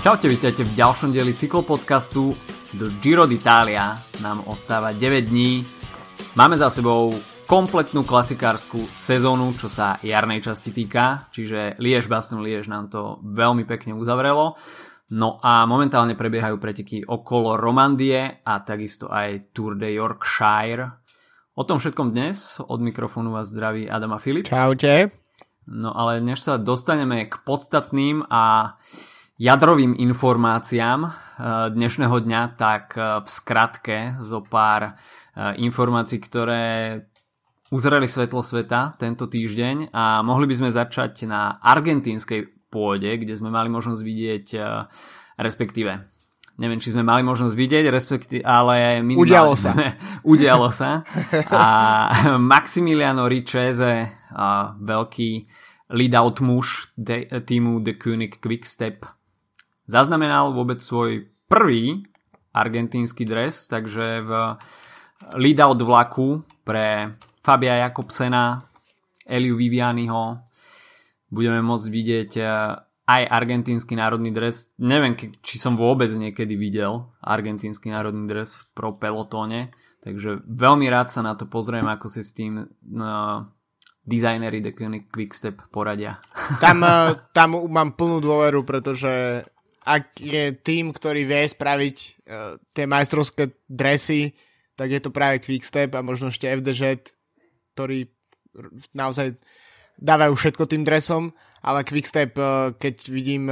Čaute, vítajte v ďalšom dieli cyklopodcastu. Do Giro d'Italia nám ostáva 9 dní. Máme za sebou kompletnú klasikárskú sezónu, čo sa jarnej časti týka, čiže Liège-Bastogne-Liège nám to veľmi pekne uzavrelo. No a momentálne prebiehajú preteky okolo Romandie a takisto aj Tour de Yorkshire. O tom všetkom dnes. Od mikrofónu vás zdraví Adam a Filip. Čaute. No ale než sa dostaneme k podstatným a jadrovým informáciám dnešného dňa, tak v skratke zo pár informácií, ktoré uzreli svetlo sveta tento týždeň, a mohli by sme začať na argentínskej pôde, kde sme mali možnosť vidieť, respektíve neviem, či sme mali možnosť vidieť, ale udialo sa. A Maximiliano Richeze, veľký lead-out muž týmu The Koenig Quick-Step, zaznamenal vôbec svoj prvý argentínsky dres, takže v lead-out vlaku pre Fabia Jakobsena, Eliu Vivianiho budeme môcť vidieť aj argentínsky národný dres. Neviem, či som vôbec niekedy videl argentínsky národný dres v pro pelotóne, takže veľmi rád sa na to pozriem, ako si s tým dizajneri The Koenig Quick-Step poradia. Tam mám plnú dôveru, pretože ak je tým, ktorý vie spraviť tie majstrovské dresy, tak je to práve Quick-Step a možno ešte FDŽ, ktorí naozaj dávajú všetko tým dresom, ale Quick-Step, keď vidím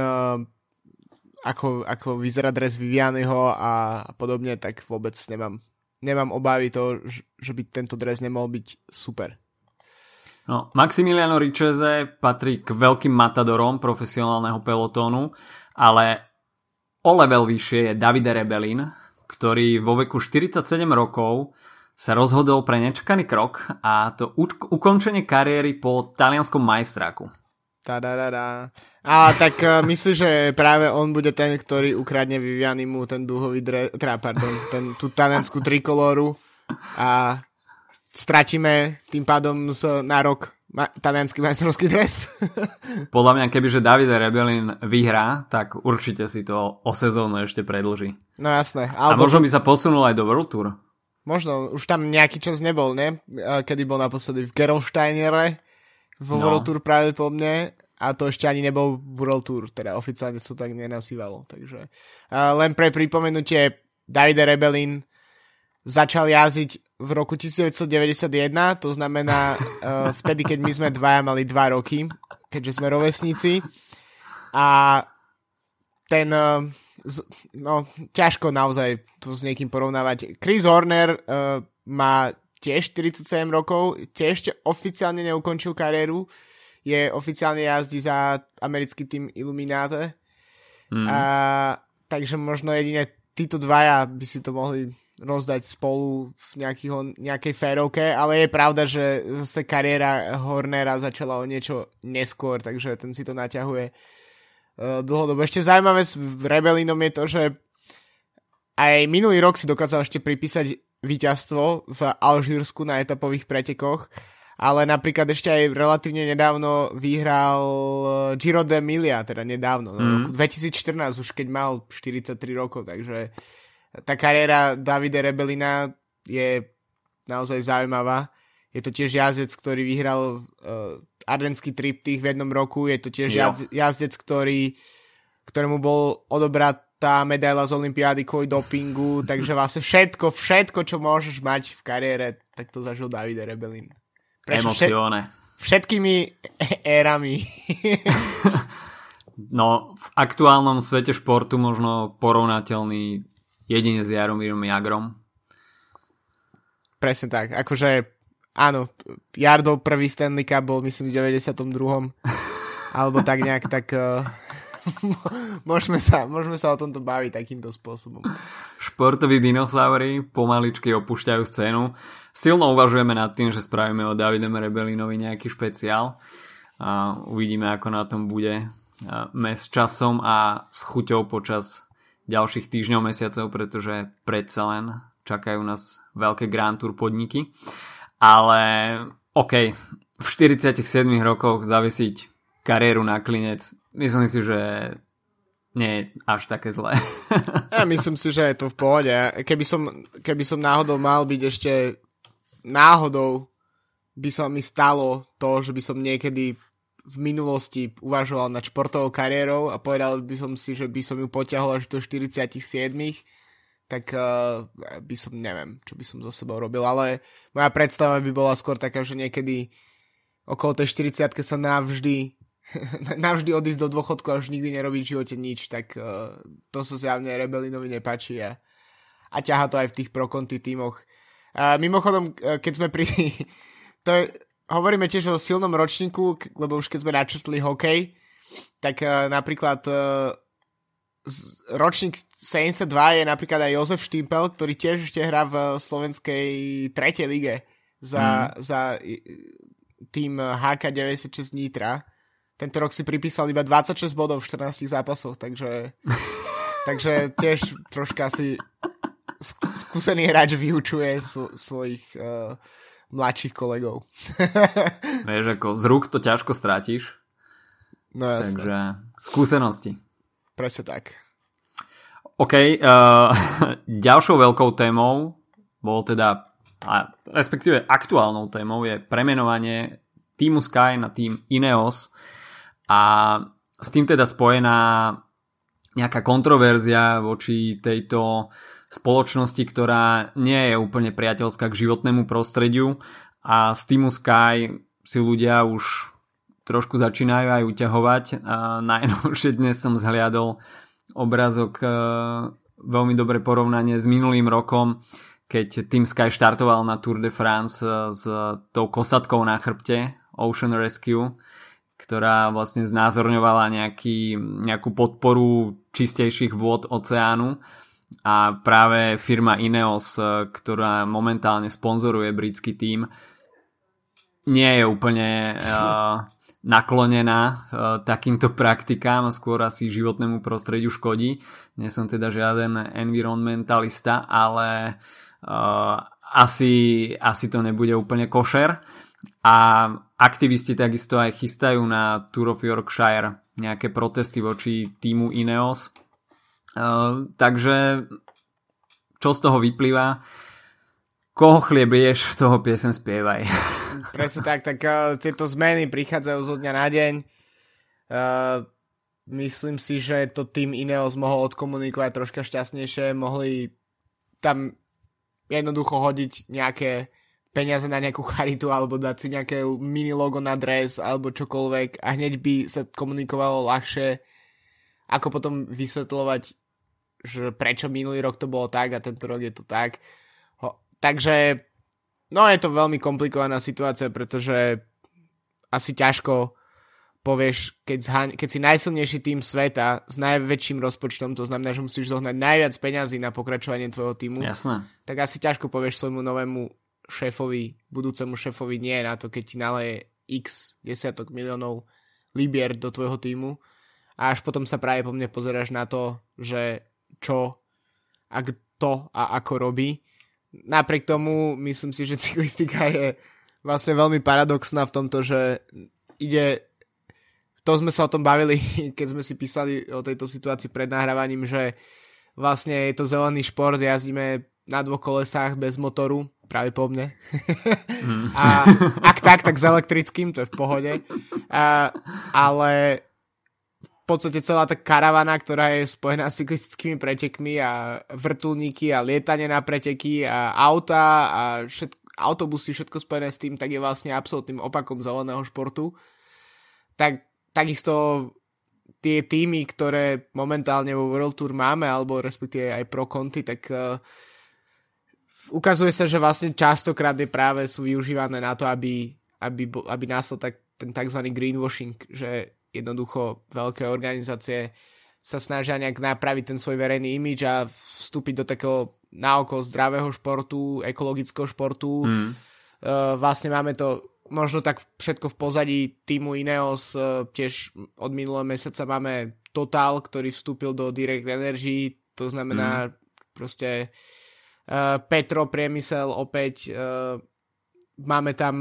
ako vyzerá dres Vivianiho a podobne, tak vôbec nemám obavy toho, že by tento dres nemohol byť super. No, Maximiliano Richeze patrí k veľkým matadorom profesionálneho pelotónu, ale o level vyššie je Davide Rebellin, ktorý vo veku 47 rokov sa rozhodol pre nečakaný krok, a to ukončenie kariéry po talianskom majstráku. A tak myslím, že práve on bude ten, ktorý ukradne Vivianimu ten dúhový tú taliansku trikolóru a stratíme tým pádom na rok taliansky majstrovský dres. Podľa mňa, kebyže Davide Rebellin vyhrá, tak určite si to o sezónu ešte predĺží. No jasné. A možno by sa posunul aj do World Tour. Možno, už tam nejaký čas nebol, ne? Kedy bol naposledy v Gerolsteinere vo World Tour práve po mne, a to ešte ani nebol World Tour, teda oficiálne sa tak nenazývalo. Takže len pre pripomenutie, Davide Rebellin začal jazdiť v roku 1991, to znamená vtedy, keď my sme dvaja mali 2 roky, keďže sme rovesníci. A ten, ťažko naozaj to s niekým porovnávať. Chris Horner má tiež 47 rokov, tiež oficiálne neukončil kariéru, je oficiálne jazdí za americký tým Illuminate. Takže možno jedine títo dvaja by si to mohli rozdať spolu v nejakej férovke, ale je pravda, že zase kariéra Hornera začala o niečo neskôr, takže ten si to naťahuje dlhodobo. Ešte zaujímavé s Rebellinom je to, že aj minulý rok si dokázal ešte pripísať víťazstvo v Alžírsku na etapových pretekoch, ale napríklad ešte aj relatívne nedávno vyhral Giro d'Emilia, teda nedávno, v roku 2014, už keď mal 43 rokov, takže tá kariéra Davide Rebellina je naozaj zaujímavá. Je to tiež jazdec, ktorý vyhral Ardenský triptych v jednom roku. Je to tiež jazdec, ktorému bol odobratá medaila z olympiády kvôli dopingu. Takže vlastne všetko, čo môžeš mať v kariére, tak to zažil Davide Rebellin. Emocione. Všetkými érami. No, v aktuálnom svete športu možno porovnateľný jedine s Jaromírom Jagrom. Presne tak. Akože áno, Jardov prvý Stanley Cup bol myslím v 92. Alebo tak nejak, tak môžeme sa o tomto baviť takýmto spôsobom. Športoví dinosaury pomaličky opúšťajú scénu. Silno uvažujeme nad tým, že spravíme o Davidem Rebellinovi nejaký špeciál. A uvidíme, ako na tom bude s časom a s chuťou počas ďalších týždňov, mesiacov, pretože predsa len čakajú nás veľké Grand Tour podniky. Ale OK, v 47 rokoch zavesiť kariéru na klinec, myslím si, že nie je až také zlé. Ja myslím si, že je to v pohode. Keby som náhodou mal byť ešte náhodou by sa mi stalo to, že by som niekedy v minulosti uvažoval nad športovou kariérou a povedal by som si, že by som ju potiahol až do 47, tak by som, neviem, čo by som so sebou robil, ale moja predstava by bola skôr taká, že niekedy okolo tej 40-ke sa navždy odísť do dôchodku a už nikdy nerobiť v živote nič, tak to sa zjavne Rebelinovi nepáči a ťaha to aj v tých pro-konti tímoch. Mimochodom, keď sme pri... hovoríme tiež o silnom ročníku, lebo už keď sme načrtli hokej, tak napríklad ročník 72 je napríklad aj Jozef Štimpel, ktorý tiež ešte hrá v slovenskej 3. lige za tým HK96 Nitra. Tento rok si pripísal iba 26 bodov v 14 zápasoch, takže tiež troška si skúsený hráč vyučuje svojich mladších kolegov. Vieš, ako z rúk to ťažko strátiš. No jasne. Takže skúsenosti. Presne tak. OK, ďalšou veľkou témou bol teda, respektíve aktuálnou témou je premenovanie týmu Sky na tým Ineos a s tým teda spojená nejaká kontroverzia voči tejto spoločnosti, ktorá nie je úplne priateľská k životnému prostrediu a z týmu Sky si ľudia už trošku začínajú aj uťahovať. Najnovšie dnes som zhliadol obrázok, veľmi dobré porovnanie s minulým rokom, keď Team Sky štartoval na Tour de France s tou kosatkou na chrbte Ocean Rescue, ktorá vlastne znázorňovala nejakú podporu čistejších vôd oceánu. A práve firma Ineos, ktorá momentálne sponzoruje britský tím, nie je úplne naklonená takýmto praktikám, skôr asi životnému prostrediu škodí. Nie som teda žiaden environmentalista, ale asi to nebude úplne košer. A aktivisti takisto aj chystajú na Tour of Yorkshire nejaké protesty voči týmu Ineos. Takže čo z toho vyplýva? Koho chlieb ješ, toho piesen spievaj. Presne tak, tieto zmeny prichádzajú zo dňa na deň. Myslím si, že to tým Ineos mohol odkomunikovať troška šťastnejšie, mohli tam jednoducho hodiť nejaké peniaze na nejakú charitu alebo dať si nejaké mini logo na dres alebo čokoľvek a hneď by sa komunikovalo ľahšie, ako potom vysvetľovať, že prečo minulý rok to bolo tak a tento rok je to tak. Takže no je to veľmi komplikovaná situácia, pretože asi ťažko povieš, keď si najsilnejší tým sveta s najväčším rozpočtom, to znamená, že musíš zohnať najviac peňazí na pokračovanie tvojho týmu. Jasné. Tak asi ťažko povieš svojmu novému budúcemu šéfovi nie na to, keď ti naleje x desiatok miliónov libier do tvojho týmu a až potom sa práve po mne pozeráš na to, že čo a kto a ako robí. Napriek tomu myslím si, že cyklistika je vlastne veľmi paradoxná v tomto, že to sme sa o tom bavili, keď sme si písali o tejto situácii pred nahrávaním, že vlastne je to zelený šport, jazdíme na 2 kolesách bez motoru, práve po mne. A ak tak s elektrickým, to je v pohode. Ale v podstate celá tá karavana, ktorá je spojená s cyklistickými pretekmi a vrtuľníky a lietanie na preteky a auta a autobusy, všetko spojené s tým, tak je vlastne absolútnym opakom zeleného športu. Takisto tie týmy, ktoré momentálne vo World Tour máme, alebo respektíve aj pro konty, tak ukazuje sa, že vlastne častokrát sú využívané na to, aby nástal ten tzv. Greenwashing, že jednoducho veľké organizácie sa snažia nejak napraviť ten svoj verejný imidž a vstúpiť do takého naokolo zdravého športu, ekologického športu. Vlastne máme to možno tak všetko v pozadí týmu Ineos, tiež od minulého mesiaca máme Total, ktorý vstúpil do Direct Energy, to znamená proste Petro priemysel opäť, máme tam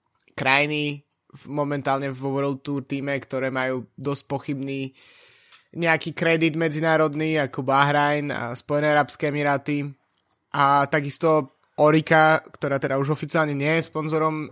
krajiny momentálne vo World Tour týme, ktoré majú dosť pochybný nejaký kredit medzinárodný ako Bahrajn a Spojené arabské emiráty a takisto Orica, ktorá teda už oficiálne nie je sponzorom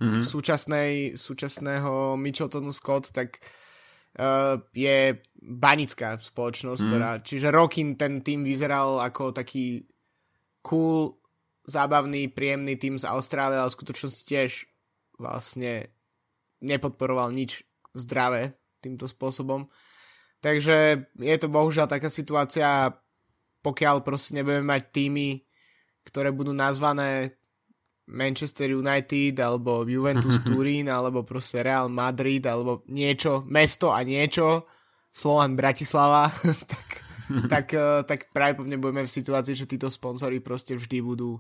súčasného Mitcheltonu Scott, tak je banická spoločnosť, čiže roky ten tým vyzeral ako taký cool, zábavný, príjemný tým z Austrálie, ale v skutočnosti tiež vlastne nepodporoval nič zdravé týmto spôsobom. Takže je to bohužiaľ taká situácia, pokiaľ proste nebudeme mať týmy, ktoré budú nazvané Manchester United alebo Juventus Turín alebo proste Real Madrid alebo niečo, mesto a niečo, Slovan Bratislava, tak pravdepodobne budeme v situácii, že títo sponzori proste vždy budú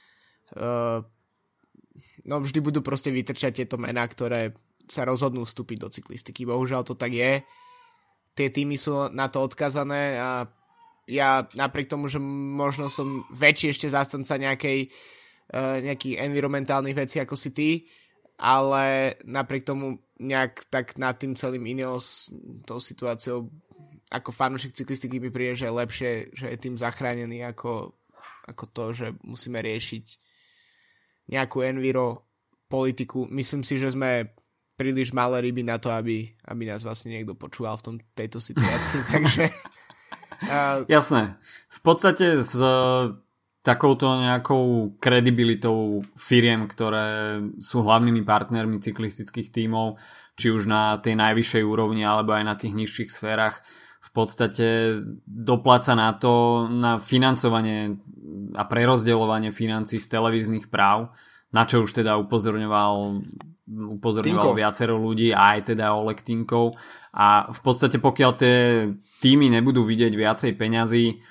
proste vytrčať tieto mená, ktoré sa rozhodnú vstúpiť do cyklistiky. Bohužiaľ to tak je. Tie týmy sú na to odkazané a ja napriek tomu, že možno som väčší ešte zástanca nejakých environmentálnych vecí ako si ty, ale napriek tomu nejak tak nad tým celým Ineos tou situáciou ako fanúšik cyklistiky mi príde, že je lepšie, že je tým zachránený ako to, že musíme riešiť nejakú enviro politiku. Myslím si, že sme príliš malé ryby na to, aby nás vlastne niekto počúval v tejto situácii, takže... Jasné. V podstate s takouto nejakou kredibilitou firiem, ktoré sú hlavnými partnermi cyklistických tímov, či už na tej najvyššej úrovni, alebo aj na tých nižších sférach, v podstate dopláca na to, na financovanie a prerozdeľovanie financií z televíznych práv, na čo už teda upozorňoval viacero ľudí, aj teda Oleg Tinkov. A v podstate pokiaľ tie týmy nebudú vidieť viacej peňazí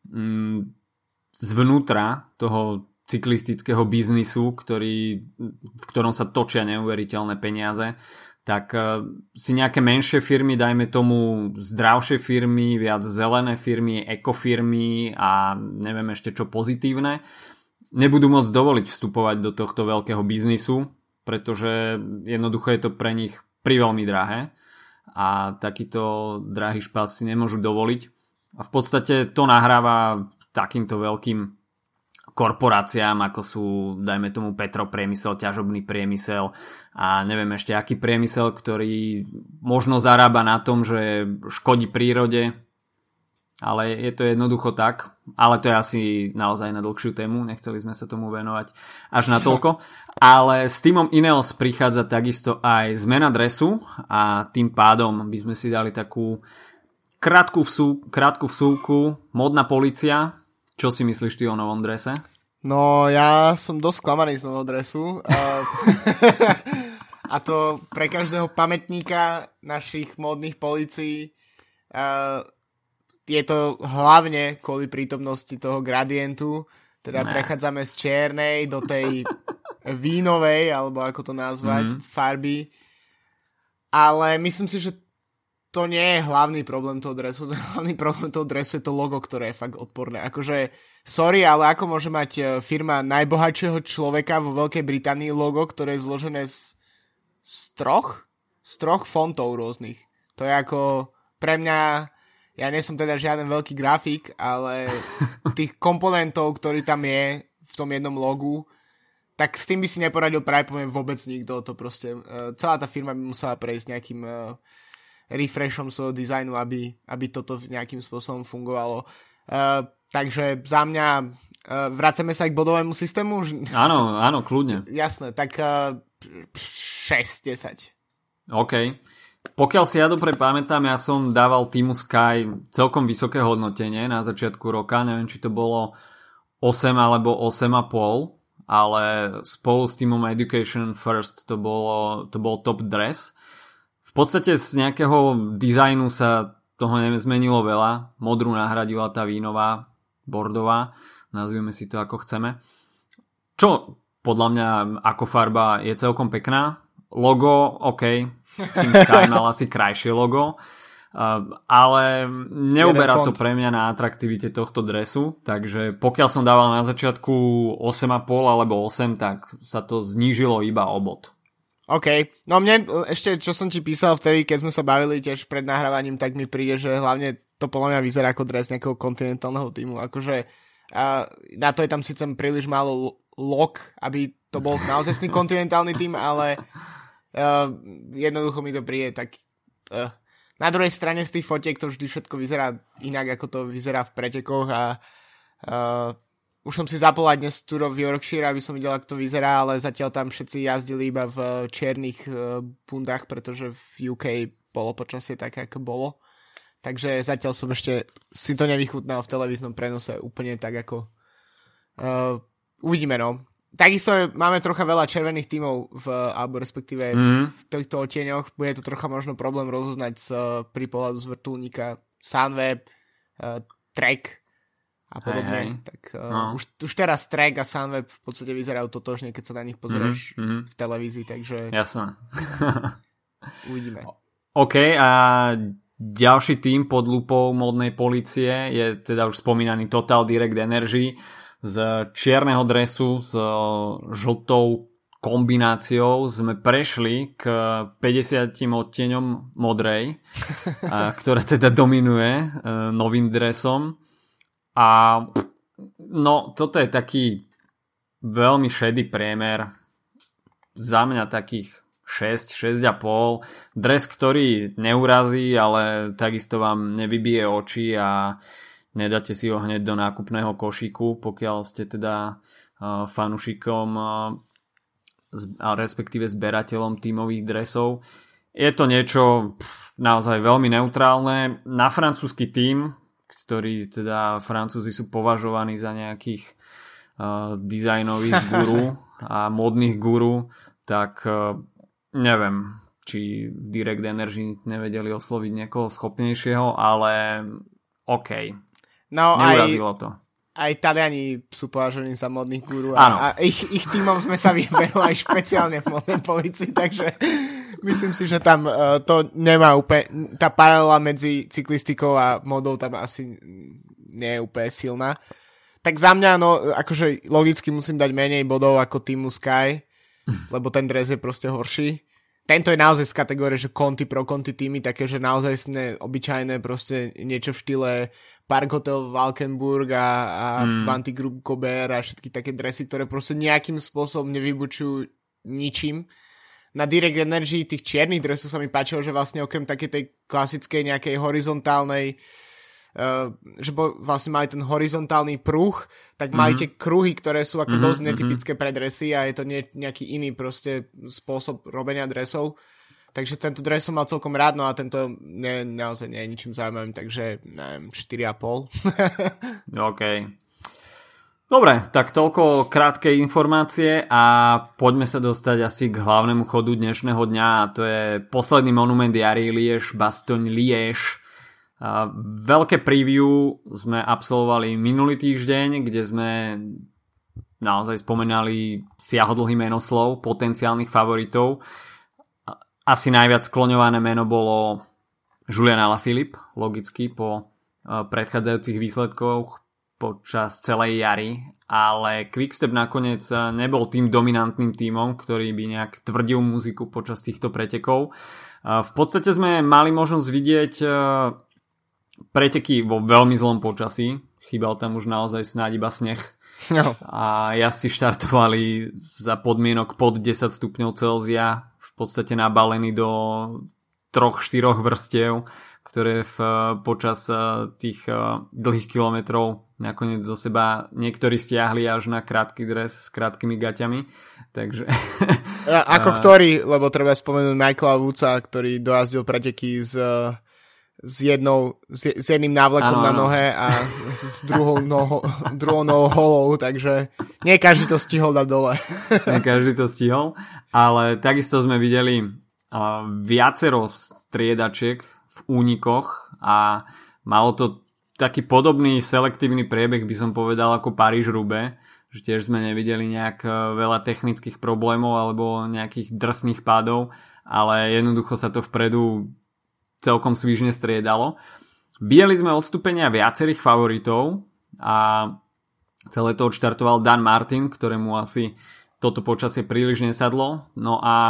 zvnútra toho cyklistického biznisu, v ktorom sa točia neuveriteľné peniaze, tak si nejaké menšie firmy, dajme tomu zdravšie firmy, viac zelené firmy, ekofirmy a neviem ešte čo pozitívne, nebudú môcť dovoliť vstupovať do tohto veľkého biznisu, pretože jednoducho je to pre nich priveľmi drahé a takýto drahý špás si nemôžu dovoliť. A v podstate to nahráva takýmto veľkým korporáciám, ako sú, dajme tomu, petropriemysel, ťažobný priemysel a neviem ešte aký priemysel, ktorý možno zarába na tom, že škodí prírode, ale je to jednoducho tak. Ale to je asi naozaj na dlhšiu tému, nechceli sme sa tomu venovať až na toľko. Ale s týmom Ineos prichádza takisto aj zmena dresu a tým pádom by sme si dali takú krátku vsúvku. Módna polícia. Čo si myslíš ty o novom drese? No, ja som dosť sklamaný z nového dresu. A to pre každého pamätníka našich módnych polícií. Je to hlavne kvôli prítomnosti toho gradientu. Teda prechádzame z čiernej do tej vínovej, alebo ako to nazvať, farby. Ale myslím si, že to nie je hlavný problém toho dresu. Hlavný problém toho dresu je to logo, ktoré je fakt odporné. Akože, sorry, ale ako môže mať firma najbohatšieho človeka vo Veľkej Británii logo, ktoré je zložené z troch fontov rôznych. To je ako pre mňa, ja nie som teda žiaden veľký grafik, ale tých komponentov, ktorý tam je v tom jednom logu, tak s tým by si neporadil práve poviem vôbec nikto. To proste, celá tá firma by musela prejsť nejakým refreshom svojho dizajnu, aby toto nejakým spôsobom fungovalo. Takže za mňa vracame sa k bodovému systému? Áno, kľudne. Jasné, tak 6-10. OK. Pokiaľ si ja dobre pamätám, ja som dával týmu Sky celkom vysoké hodnotenie na začiatku roka, neviem, či to bolo 8 alebo 8,5, ale spolu s týmom Education First to bol top dress. V podstate z nejakého dizajnu sa toho nezmenilo veľa. Modrú nahradila tá vínová, bordová, nazvime si to ako chceme. Čo podľa mňa ako farba je celkom pekná. Logo, OK, Team Sky mal asi krajšie logo, ale neuberá to pre mňa na atraktivite tohto dresu, takže pokiaľ som dával na začiatku 8,5 alebo 8, tak sa to znížilo iba o bod. OK. No mne ešte, čo som ti písal vtedy, keď sme sa bavili tiež pred nahrávaním, tak mi príde, že hlavne to podľa mňa vyzerá ako dres nejakého kontinentálneho týmu. Akože na to je tam síce príliš málo lok, aby to bol naozaj kontinentálny tým, ale jednoducho mi to príde tak... Na druhej strane z tých fotiek to vždy všetko vyzerá inak, ako to vyzerá v pretekoch a už som si zapol aj dnes Tour of Yorkshire, aby som videl, ako to vyzerá, ale zatiaľ tam všetci jazdili iba v čiernych bundách, pretože v UK bolo počasie také, ako bolo. Takže zatiaľ som ešte si to nevychutnal v televíznom prenose úplne tak, ako uvidíme, no. Takisto máme trocha veľa červených tímov alebo respektíve v týchto odtieňoch. Bude to trocha možno problém rozoznať pri pohľadu z vrtuľníka Sunweb, Trek a podobne. Tak už teraz Trek a Sunweb v podstate vyzerajú totožne, keď sa na nich pozeráš v televízii, takže... Jasné. Uvidíme. OK, a ďalší tím pod lupou módnej polície je teda už spomínaný Total Direct Energy z čierneho dresu s žltou kombináciou sme prešli k 50 odtieňom modrej, ktorá teda dominuje novým dresom. A no, toto je taký veľmi šedý priemer. Za mňa takých 6,5. Dres, ktorý neurazí, ale takisto vám nevybije oči a nedáte si ho hneď do nákupného košíku, pokiaľ ste teda fanúšikom a respektíve zberateľom tímových dresov. Je to niečo naozaj veľmi neutrálne. Na francúzsky tím, ktorý teda Francúzi sú považovaní za nejakých dizajnových guru a modných guru, tak neviem, či v Direct Energy nevedeli osloviť niekoho schopnejšieho, ale OK. No, neurazilo to. Aj Taliani sú považovaní za modných guru a ich týmom sme sa vyverovali špeciálne v modnej polícii, takže myslím si, že tam to nemá úplne, tá paralela medzi cyklistikou a modou tam asi nie je úplne silná. Tak za mňa, no, akože logicky musím dať menej bodov ako týmu Sky, lebo ten dres je proste horší. Tento je naozaj z kategórie, že konty pro konty týmy, také, že naozaj obyčajné proste niečo v štýle Park Hotel Valkenburg a Vanty Group Gobert a všetky také dresy, ktoré proste nejakým spôsobom nevybučujú ničím. Na Direct Energy tých čiernych dresov sa mi páčilo, že vlastne okrem takej tej klasickej nejakej horizontálnej že vlastne mali ten horizontálny pruh, tak mali tie kruhy, ktoré sú ako dosť netypické pre dresy a je to nejaký iný proste spôsob robenia dresov. Takže tento dres som mal celkom rád, no a tento naozaj nie je ničím zaujímavým, takže neviem, 4,5. OK. Dobre, tak toľko krátkej informácie a poďme sa dostať asi k hlavnému chodu dnešného dňa a to je posledný monument jary Liège-Bastogne-Liège. Veľké preview sme absolvovali minulý týždeň, kde sme naozaj spomenali siahodlhý menoslov potenciálnych favoritov. Asi najviac skloňované meno bolo Julian Alaphilippe, logicky po predchádzajúcich výsledkoch počas celej jary, ale Quickstep nakoniec nebol tým dominantným tímom, ktorý by nejak tvrdil muziku počas týchto pretekov. V podstate sme mali možnosť vidieť preteky vo veľmi zlom počasí. Chýbal tam už naozaj snáď iba sneh. No. A jazdci štartovali za podmienok pod 10 stupňov Celzia, v podstate nabalení do 3-4 vrstiev, ktoré počas tých dlhých kilometrov nakoniec zo seba niektorí stiahli až na krátky dres s krátkými gaťami. Takže... Ako ktorý, lebo treba spomenúť Michaela Woodsa, ktorý dojazdil preteky s jedným návlekom na nohe a s druhou nohou holou, takže nie každý to stihol dať dole. Nie každý to stihol, ale takisto sme videli viacero striedačiek v únikoch a malo to taký podobný selektívny priebeh, by som povedal, ako Paríž-Roubaix, že tiež sme nevideli nejak veľa technických problémov alebo nejakých drsných pádov, ale jednoducho sa to vpredu celkom svižne striedalo. Videli sme odstúpenia viacerých favoritov a celé to odštartoval Dan Martin, ktorému asi toto počasie príliš nesadlo. No a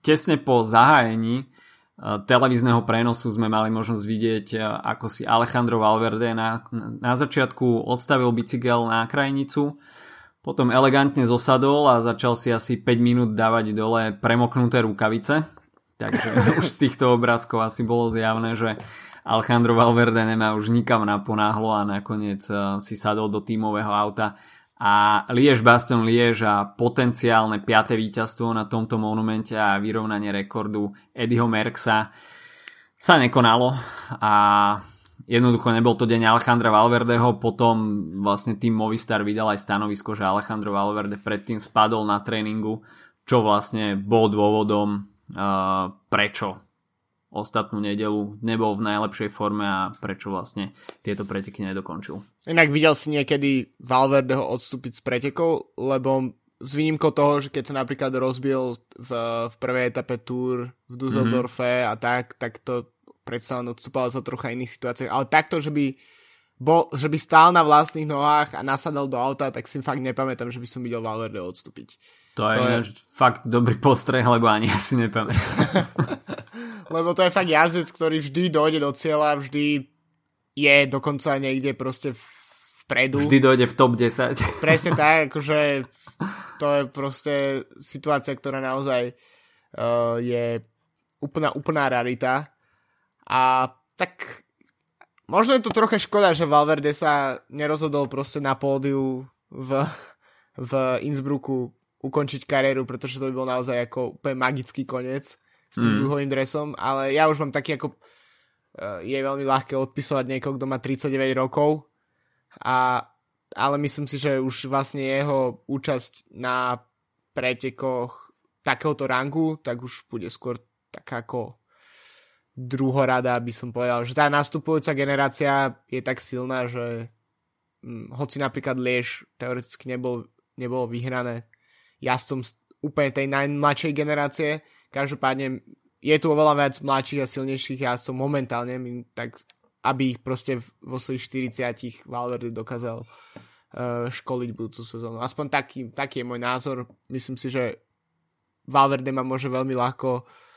tesne po zahájení televízneho prenosu sme mali možnosť vidieť, ako si Alejandro Valverde na začiatku odstavil bicykel na krajnicu, potom elegantne zosadol a začal si asi 5 minút dávať dole premoknuté rukavice. Takže už z týchto obrázkov asi bolo zjavné, že Alejandro Valverde nemá už nikam naponáhlo a nakoniec si sadol do tímového auta. A Liège-Bastogne-Liège a potenciálne 5. víťazstvo na tomto monumente a vyrovnanie rekordu Eddieho Merckxa sa nekonalo a jednoducho nebol to deň Alejandra Valverdeho. Potom vlastne tým Movistar vydal aj stanovisko, že Alejandro Valverde predtým spadol na tréningu, čo vlastne bol dôvodom, prečo ostatnú nedeľu nebol v najlepšej forme a prečo vlastne tieto preteky nedokončil. Inak videl si niekedy Valverdeho odstúpiť z pretekov, lebo s výnimkou toho, že keď sa napríklad rozbil v prvej etape Tour v Düsseldorfe a tak to predsa len odstúpal za trocha iných situáciách, ale takto, že by stál na vlastných nohách a nasadal do auta, tak si fakt nepamätám, že by som videl Valverdeho odstúpiť. To je fakt dobrý postreh, lebo ani ja si nepamätám. Lebo to je fakt jazdec, ktorý vždy dojde do cieľa, vždy je dokonca niekde proste vpredu. Vždy dojde v top 10. Presne tak, akože to je proste situácia, ktorá naozaj je úplná rarita. A tak možno je to trocha škoda, že Valverde sa nerozhodol proste na pódiu v Innsbrucku ukončiť kariéru, pretože to by bol naozaj ako úplne magický koniec s tým dlhovým dresom, ale ja už mám taký ako je veľmi ľahké odpisovať niekoho, kto má 39 rokov, ale myslím si, že už vlastne jeho účasť na pretekoch takéhoto rangu, tak už bude skôr taká ako druhorada, by som povedal, že tá nastupujúca generácia je tak silná, že hoci napríklad Liège teoreticky nebolo vyhrané jazdcom úplne tej najmladšej generácie, každopádne je tu oveľa viac mladších a silnejších jazdcov momentálne, tak aby ich proste vo svojich 40 Valverde dokázal školiť budúcu sezónu. Aspoň taký je môj názor. Myslím si, že Valverde ma môže veľmi ľahko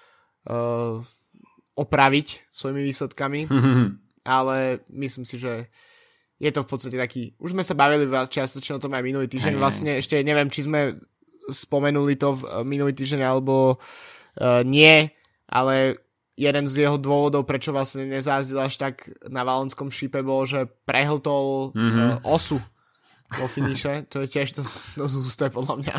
opraviť svojimi výsledkami, ale myslím si, že je to v podstate taký, už sme sa bavili čiastočne o tom aj minulý týždeň, vlastne ešte neviem, či sme spomenuli to minulý týždeň alebo nie, ale jeden z jeho dôvodov, prečo vlastne nezázdil až tak na valonskom šípe, bol, že prehltol osu vo finiše, to je tiež dosť husté podľa mňa.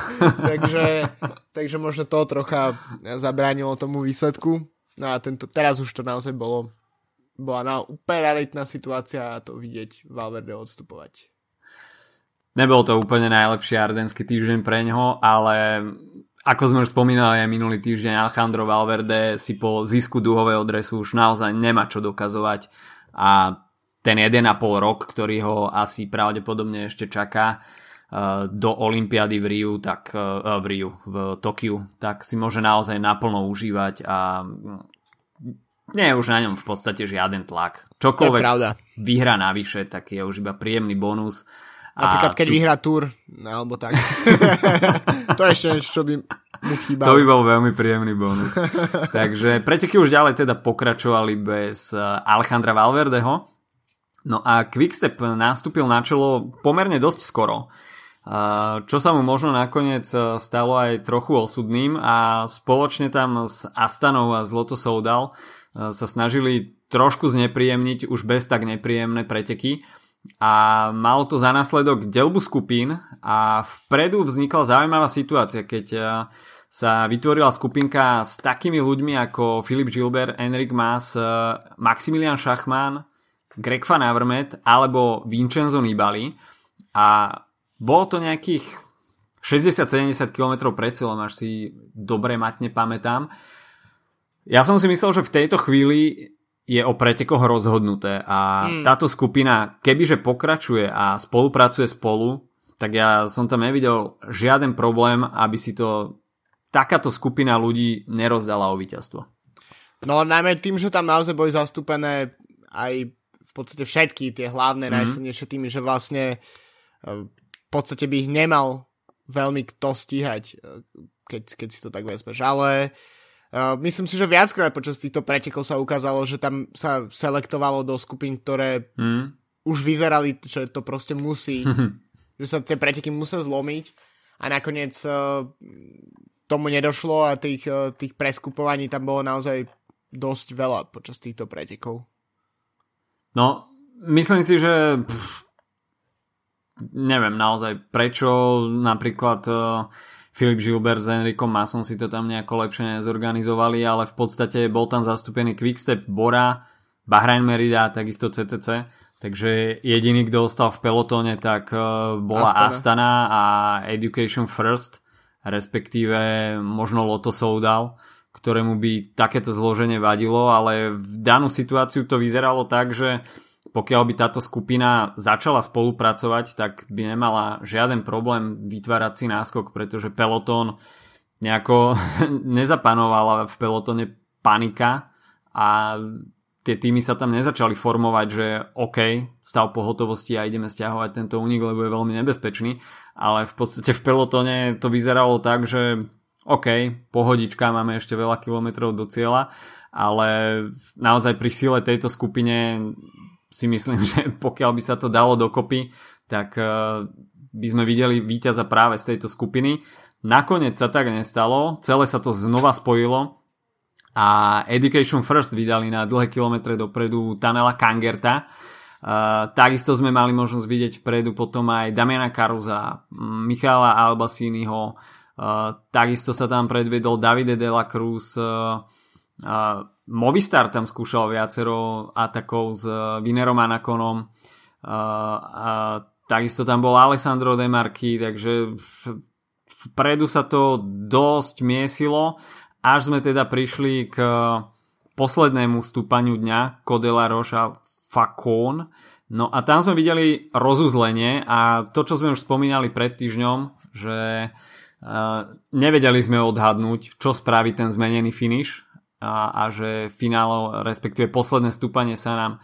takže možno to trocha zabránilo tomu výsledku. No a teraz už to naozaj bola úplne raritná situácia a to vidieť Valverde odstupovať. Nebol to úplne najlepší ardenský týždeň pre ňoho, ale ako sme už spomínali aj minulý týždeň, Alejandro Valverde si po zisku duhového dresu už naozaj nemá čo dokazovať a ten 1,5 rok, ktorý ho asi pravdepodobne ešte čaká do olympiády v Tokiu, tak si môže naozaj naplno užívať a nie je už na ňom v podstate žiaden tlak. Čokoľvek vyhrá navyše, tak je už iba príjemný bonus. Napríklad keď vyhrá Tour, alebo tak. To je ešte niečo, čo by mu chýbalo. To by bol veľmi príjemný bonus. Takže preteky už ďalej teda pokračovali bez Alejandra Valverdeho. No a Quickstep nastúpil na čelo pomerne dosť skoro. Čo sa mu možno nakoniec stalo aj trochu osudným a spoločne tam s Astanou a s Lotto Soudal sa snažili trošku znepríjemniť už bez tak nepríjemné preteky a malo to za následok deľbu skupín a vpredu vznikla zaujímavá situácia, keď sa vytvorila skupinka s takými ľuďmi ako Philippe Gilbert, Enric Mas, Maximilian Schachmann, Greg Van Avermaet alebo Vincenzo Nibali a bolo to nejakých 60-70 km pred cieľom, až si dobre matne pamätám. Ja som si myslel, že v tejto chvíli je o pretekoch rozhodnuté a táto skupina, kebyže pokračuje a spolupracuje spolu, tak ja som tam nevidel žiaden problém, aby si to takáto skupina ľudí nerozdala o víťazstvo. No najmä tým, že tam naozaj boli zastúpené aj v podstate všetky tie hlavné najsilnejšie týmy, že vlastne v podstate by ich nemal veľmi kto stíhať. keď si to tak vezmeš. Ale myslím si, že viackrát počas týchto pretekov sa ukázalo, že tam sa selektovalo do skupín, ktoré už vyzerali, že to proste musí, že sa tie preteky musia zlomiť a nakoniec tomu nedošlo a tých preskupovaní tam bolo naozaj dosť veľa počas týchto pretekov. No, myslím si, že neviem naozaj, prečo napríklad Filip Gilbert s Enricom Massom si to tam nejako lepšie nezorganizovali, ale v podstate bol tam zastúpený Quickstep, Bora, Bahrain Merida, takisto CCC, takže jediný, kto ostal v pelotóne, tak bola Astana a Education First, respektíve možno Lotto Soudal, ktorému by takéto zloženie vadilo, ale v danú situáciu to vyzeralo tak, že pokiaľ by táto skupina začala spolupracovať, tak by nemala žiaden problém vytvárať si náskok, pretože pelotón nejako nezapanovala v pelotóne panika a tie týmy sa tam nezačali formovať, že OK, stav pohotovosti a ideme stiahovať tento únik, lebo je veľmi nebezpečný, ale v podstate v pelotóne to vyzeralo tak, že OK, pohodička, máme ešte veľa kilometrov do cieľa, ale naozaj pri sile tejto skupine si myslím, že pokiaľ by sa to dalo dokopy, tak by sme videli víťaza práve z tejto skupiny. Nakoniec sa tak nestalo, celé sa to znova spojilo a Education First vydali na dlhé kilometre dopredu Tanela Kangerta. Takisto sme mali možnosť vidieť vpredu potom aj Damiana Caruza, Michala Albaciniho, takisto sa tam predvedol Davide de la Cruz, Movistar tam skúšal viacero atakov s Vinerom Anaconom, takisto tam bol Alessandro De Marchi, takže vpredu sa to dosť miesilo, až sme teda prišli k poslednému stúpaniu dňa, Col de la Roche a Facon. No a tam sme videli rozuzlenie a to, čo sme už spomínali pred týždňom, že nevedeli sme odhadnúť, čo spraví ten zmenený finish a že finále, respektíve posledné stúpanie sa nám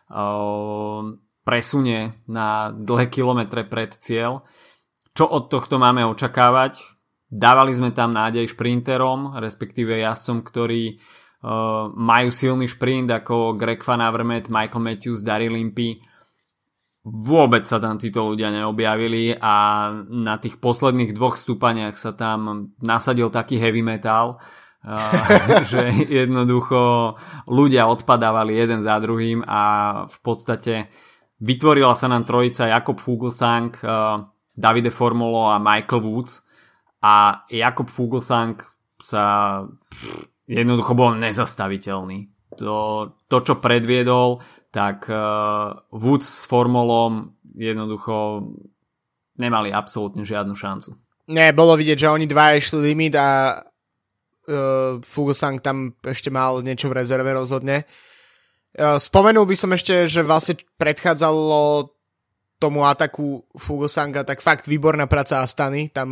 presunie na dlhé kilometre pred cieľ. Čo od tohto máme očakávať? Dávali sme tam nádej šprinterom, respektíve jazdcom, ktorí majú silný šprint ako Greg Van Avermaet, Michael Matthews, Daryl Impey. Vôbec sa tam títo ľudia neobjavili a na tých posledných 2 stúpaniach sa tam nasadil taký heavy metal, že jednoducho ľudia odpadávali jeden za druhým a v podstate vytvorila sa nám trojica Jakob Fuglsang, Davide Formolo a Michael Woods a Jakob Fuglsang sa jednoducho bol nezastaviteľný. To čo predviedol, tak Woods s Formolom jednoducho nemali absolútne žiadnu šancu. Nie, bolo vidieť, že oni dva išli limit a Fuglsang tam ešte mal niečo v rezerve rozhodne. Spomenul by som ešte, že vlastne predchádzalo tomu ataku Fuglsanga, tak fakt výborná práca Astany. Tam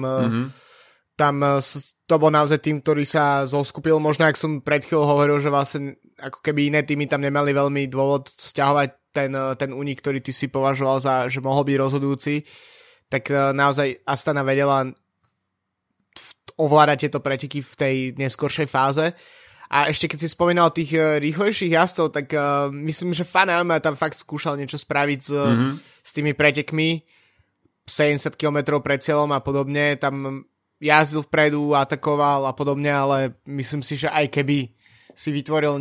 to bol naozaj tým, ktorý sa zoskupil. Možno, ak som pred chvíľou hovoril, že vlastne ako keby iné týmy tam nemali veľmi dôvod stiahovať ten únik, ktorý ty si považoval za, že mohol byť rozhodujúci, tak naozaj Astana vedela ovládať tieto preteky v tej neskoršej fáze. A ešte keď si spomínal tých rýchlejších jazdcov, tak myslím, že Van Avermaet tam fakt skúšal niečo spraviť s tými pretekmi 70 km pred cieľom a podobne. Tam jazdil vpredu, atakoval a podobne, ale myslím si, že aj keby si vytvoril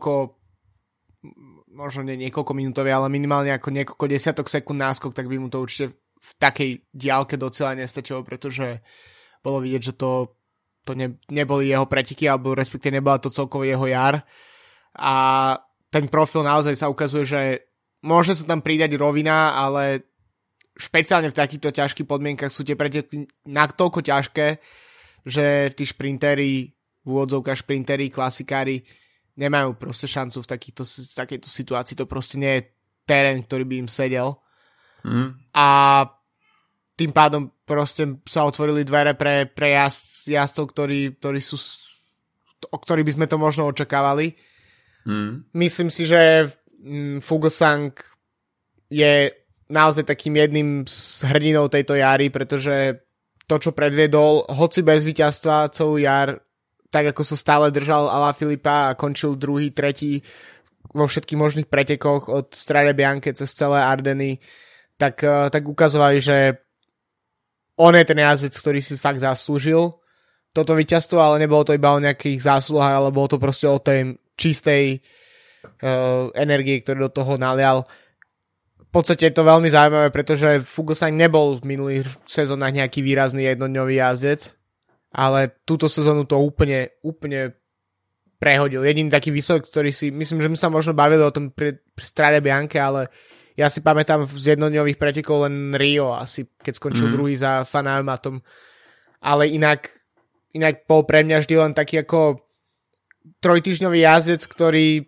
možno nie niekoľko minútový, ale minimálne ako niekoľko desiatok sekúnd náskok, tak by mu to určite v takej diaľke do cieľa nestačilo, pretože bolo vidieť, že to neboli jeho preteky, alebo respektíve nebola to celkovo jeho jar. A ten profil naozaj sa ukazuje, že môže sa tam pridať rovina, ale špeciálne v takýchto ťažkých podmienkach sú tie preteky natoľko ťažké, že tí šprintéri, v úvodzovkách šprintéri, klasikári nemajú proste šancu v takejto situácii. To proste nie je terén, ktorý by im sedel. A tým pádom proste sa otvorili dvere pre jazdcov, ktorí sú, o ktorých by sme to možno očakávali. Myslím si, že Fuglsang je naozaj takým jedným z hrdinov tejto jary, pretože to, čo predviedol, hoci bez víťazstva celú jar, tak ako sa stále držal Alaphilippa a končil druhý, tretí vo všetkých možných pretekoch od Strade Bianche cez celé Ardeny, tak ukazovali, že on je ten jazdec, ktorý si fakt zaslúžil toto víťazstvo, ale nebolo to iba o nejakých zásluhách, ale bolo to proste o tej čistej energie, ktorú do toho nalial. V podstate je to veľmi zaujímavé, pretože Fuglsang nebol v minulých sezónach nejaký výrazný jednodňový jazdec, ale túto sezónu to úplne prehodil. Jediný taký výsledok, ktorý si, myslím, že my sa možno bavili o tom pri Strade Bianche, ale ja si pamätám z jednodňových pretekov len Rio, asi keď skončil druhý za Van Avermaetom. Ale inak bol pre mňa vždy len taký ako trojtýždňový jazdec, ktorý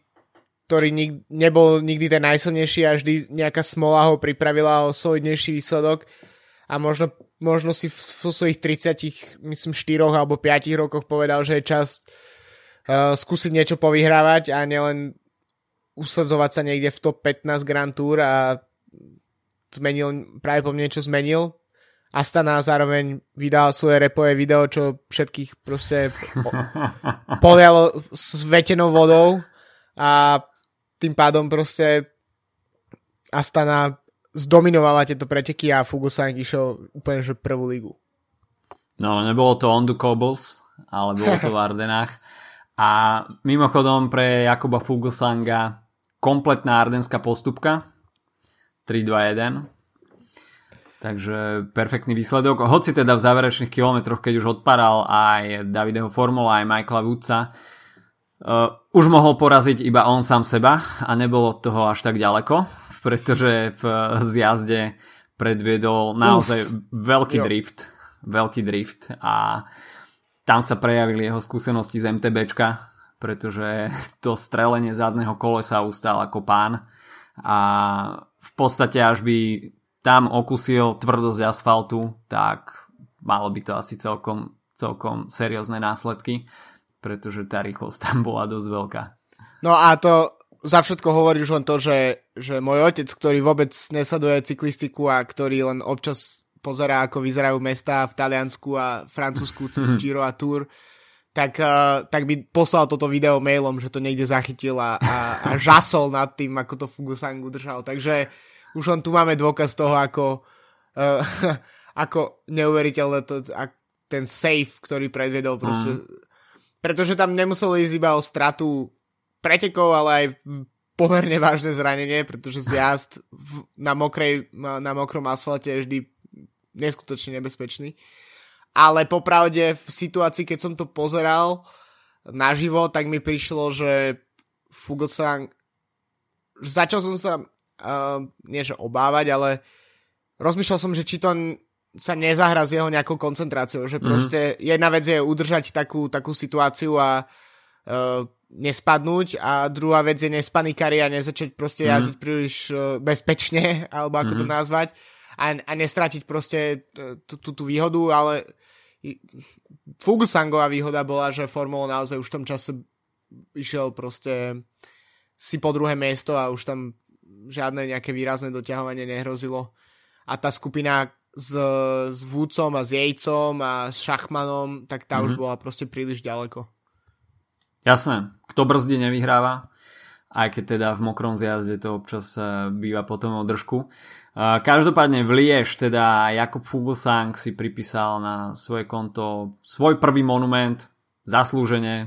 nebol nikdy ten najsilnejší a vždy nejaká smola ho pripravila o solidnejší výsledok a možno si v svojich 30, myslím 4 alebo 5 rokoch povedal, že je čas skúsiť niečo povyhrávať a nielen usadzovať sa niekde v top 15 Grand Tour a práve po mne niečo zmenil. Astana zároveň vydal svoje repové video, čo všetkých proste polialo s vetenou vodou a tým pádom proste Astana zdominovala tieto preteky a Fuglsang išiel úplne že prvú ligu. No, nebolo to on the cobbles, ale bolo to v Ardenách. A mimochodom pre Jakuba Fuglsanga kompletná ardenská postupka 3-2-1. Takže perfektný výsledok. Hoci teda v záverečných kilometroch, keď už odparal aj Davideho Formula, aj Michaela Woodsa, už mohol poraziť iba on sám seba a nebolo toho až tak ďaleko, pretože v zjazde predviedol naozaj veľký drift a tam sa prejavili jeho skúsenosti z MTBčka, pretože to strelenie zadného kolesa ustál ako pán a v podstate až by tam okusil tvrdosť asfaltu, tak malo by to asi celkom seriózne následky, pretože tá rýchlosť tam bola dosť veľká. No a to za všetko hovorí už len to, že môj otec, ktorý vôbec nesleduje cyklistiku a ktorý len občas pozerá, ako vyzerajú mestá v Taliansku a Francúzsku cez Giro a Tour, tak by poslal toto video mailom, že to niekde zachytil a žasol nad tým, ako to Fuglsang udržal. Takže už len tu máme dôkaz toho, ako neuveriteľné ten save, ktorý predvedol proste. Pretože tam nemuselo ísť iba o stratu pretekov, ale aj pomerne vážne zranenie, pretože zjazd na mokrom asfalte je vždy neskutočne nebezpečný. Ale popravde v situácii, keď som to pozeral naživo, tak mi prišlo, že Fuglsang začal som sa nie že obávať, ale rozmýšľal som, že či to sa nezahrá s jeho nejakou koncentráciou, že proste jedna vec je udržať takú situáciu a nespadnúť a druhá vec je nespanikari a nezačať proste jazdiť príliš bezpečne, alebo ako to nazvať a nestratiť proste tú výhodu, ale Fuglsangová výhoda bola, že Formula naozaj už v tom čase išiel proste si po druhé miesto a už tam žiadne nejaké výrazné doťahovanie nehrozilo. A tá skupina s Woodsom a s Yatsom a s Schachmanom, tak tá už bola proste príliš ďaleko. Jasné, kto brzdí nevyhráva, aj keď teda v mokrom zjazde to občas býva potom o držku. Každopádne v Liež teda Jakub Fuglsang si pripísal na svoje konto svoj prvý monument, zaslúžene,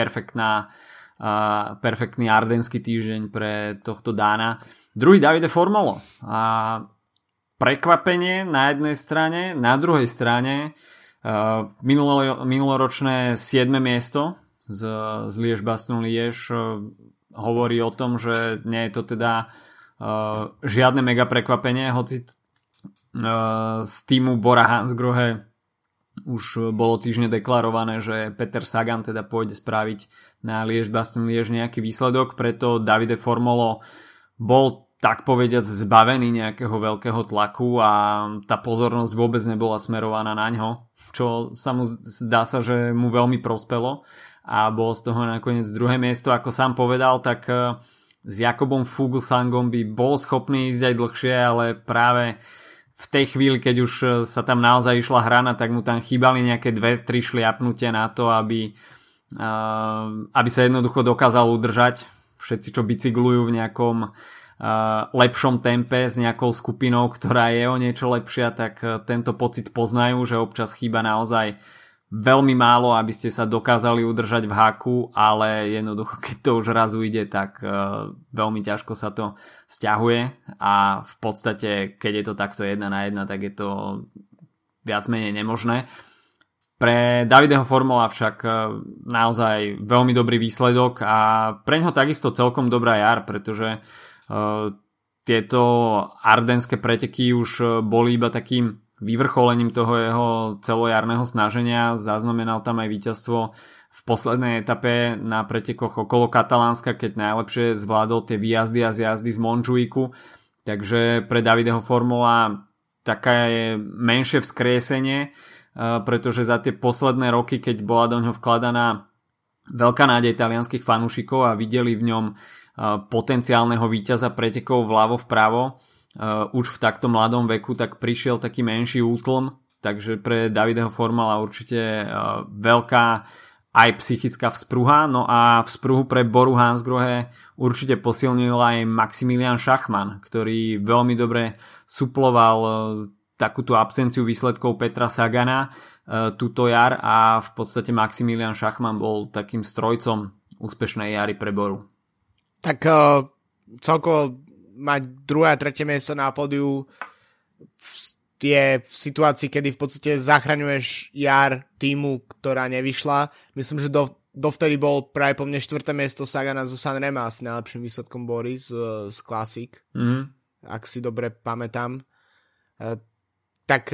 perfektný ardenský týždeň pre tohto Dána. Druhý Davide Formolo. A prekvapenie na jednej strane, na druhej strane minuloročné 7. miesto z Liež-Bastogne-Liège hovorí o tom, že nie je to teda žiadne mega prekvapenie, hoci z týmu Bora Hansgrohe už bolo týždne deklarované, že Peter Sagan teda pôjde spraviť na Liež-Bastogne-Liège nejaký výsledok, preto Davide Formolo bol tak povediac zbavený nejakého veľkého tlaku a tá pozornosť vôbec nebola smerovaná na ňo, čo sa mu zdá sa, že mu veľmi prospelo a bolo z toho nakoniec druhé miesto, ako sám povedal, tak s Jakobom Fuglsangom by bol schopný ísť aj dlhšie, ale práve v v tej chvíli, keď už sa tam naozaj išla hrana, tak mu tam chýbali nejaké 2-3 šliapnutia na to, aby sa jednoducho dokázal udržať. Všetci, čo bicyklujú v nejakom lepšom tempe s nejakou skupinou, ktorá je o niečo lepšia, tak tento pocit poznajú, že občas chýba naozaj veľmi málo, aby ste sa dokázali udržať v háku, ale jednoducho, keď to už raz ujde, tak veľmi ťažko sa to sťahuje a v podstate, keď je to takto 1-1, tak je to viac menej nemožné. Pre Davideho Formula však naozaj veľmi dobrý výsledok a preňho takisto celkom dobrá jar, pretože tieto ardenské preteky už boli iba takým vyvrcholením toho jeho celojarného snaženia. Zaznamenal tam aj víťazstvo v poslednej etape na pretekoch okolo Katalánska, keď najlepšie zvládol tie výjazdy a zjazdy z Montjuiku. Takže pre Davideho Formula taká je menšie vzkriesenie, pretože za tie posledné roky, keď bola do ňoho vkladaná veľká nádej talianskych fanúšikov a videli v ňom potenciálneho víťaza pretekov vľavo vpravo, už v takto mladom veku, tak prišiel taký menší útlm, takže pre Davideho Formula určite veľká aj psychická vzpruha, no a vzpruhu pre Boru Hansgrohe určite posilnil aj Maximilian Schachmann, ktorý veľmi dobre suploval takúto absenciu výsledkov Petra Sagana túto jar a v podstate Maximilian Schachmann bol takým strojcom úspešnej jary pre Boru. Tak celkovo mať druhé a tretie miesto na pódiu je v situácii, kedy v podstate zachraňuješ jar týmu, ktorá nevyšla. Myslím, že dovtedy bol práve po mne 4. miesto Sagana zo Sanrema asi najlepším výsledkom Bory z Classic, ak si dobre pamätám. Tak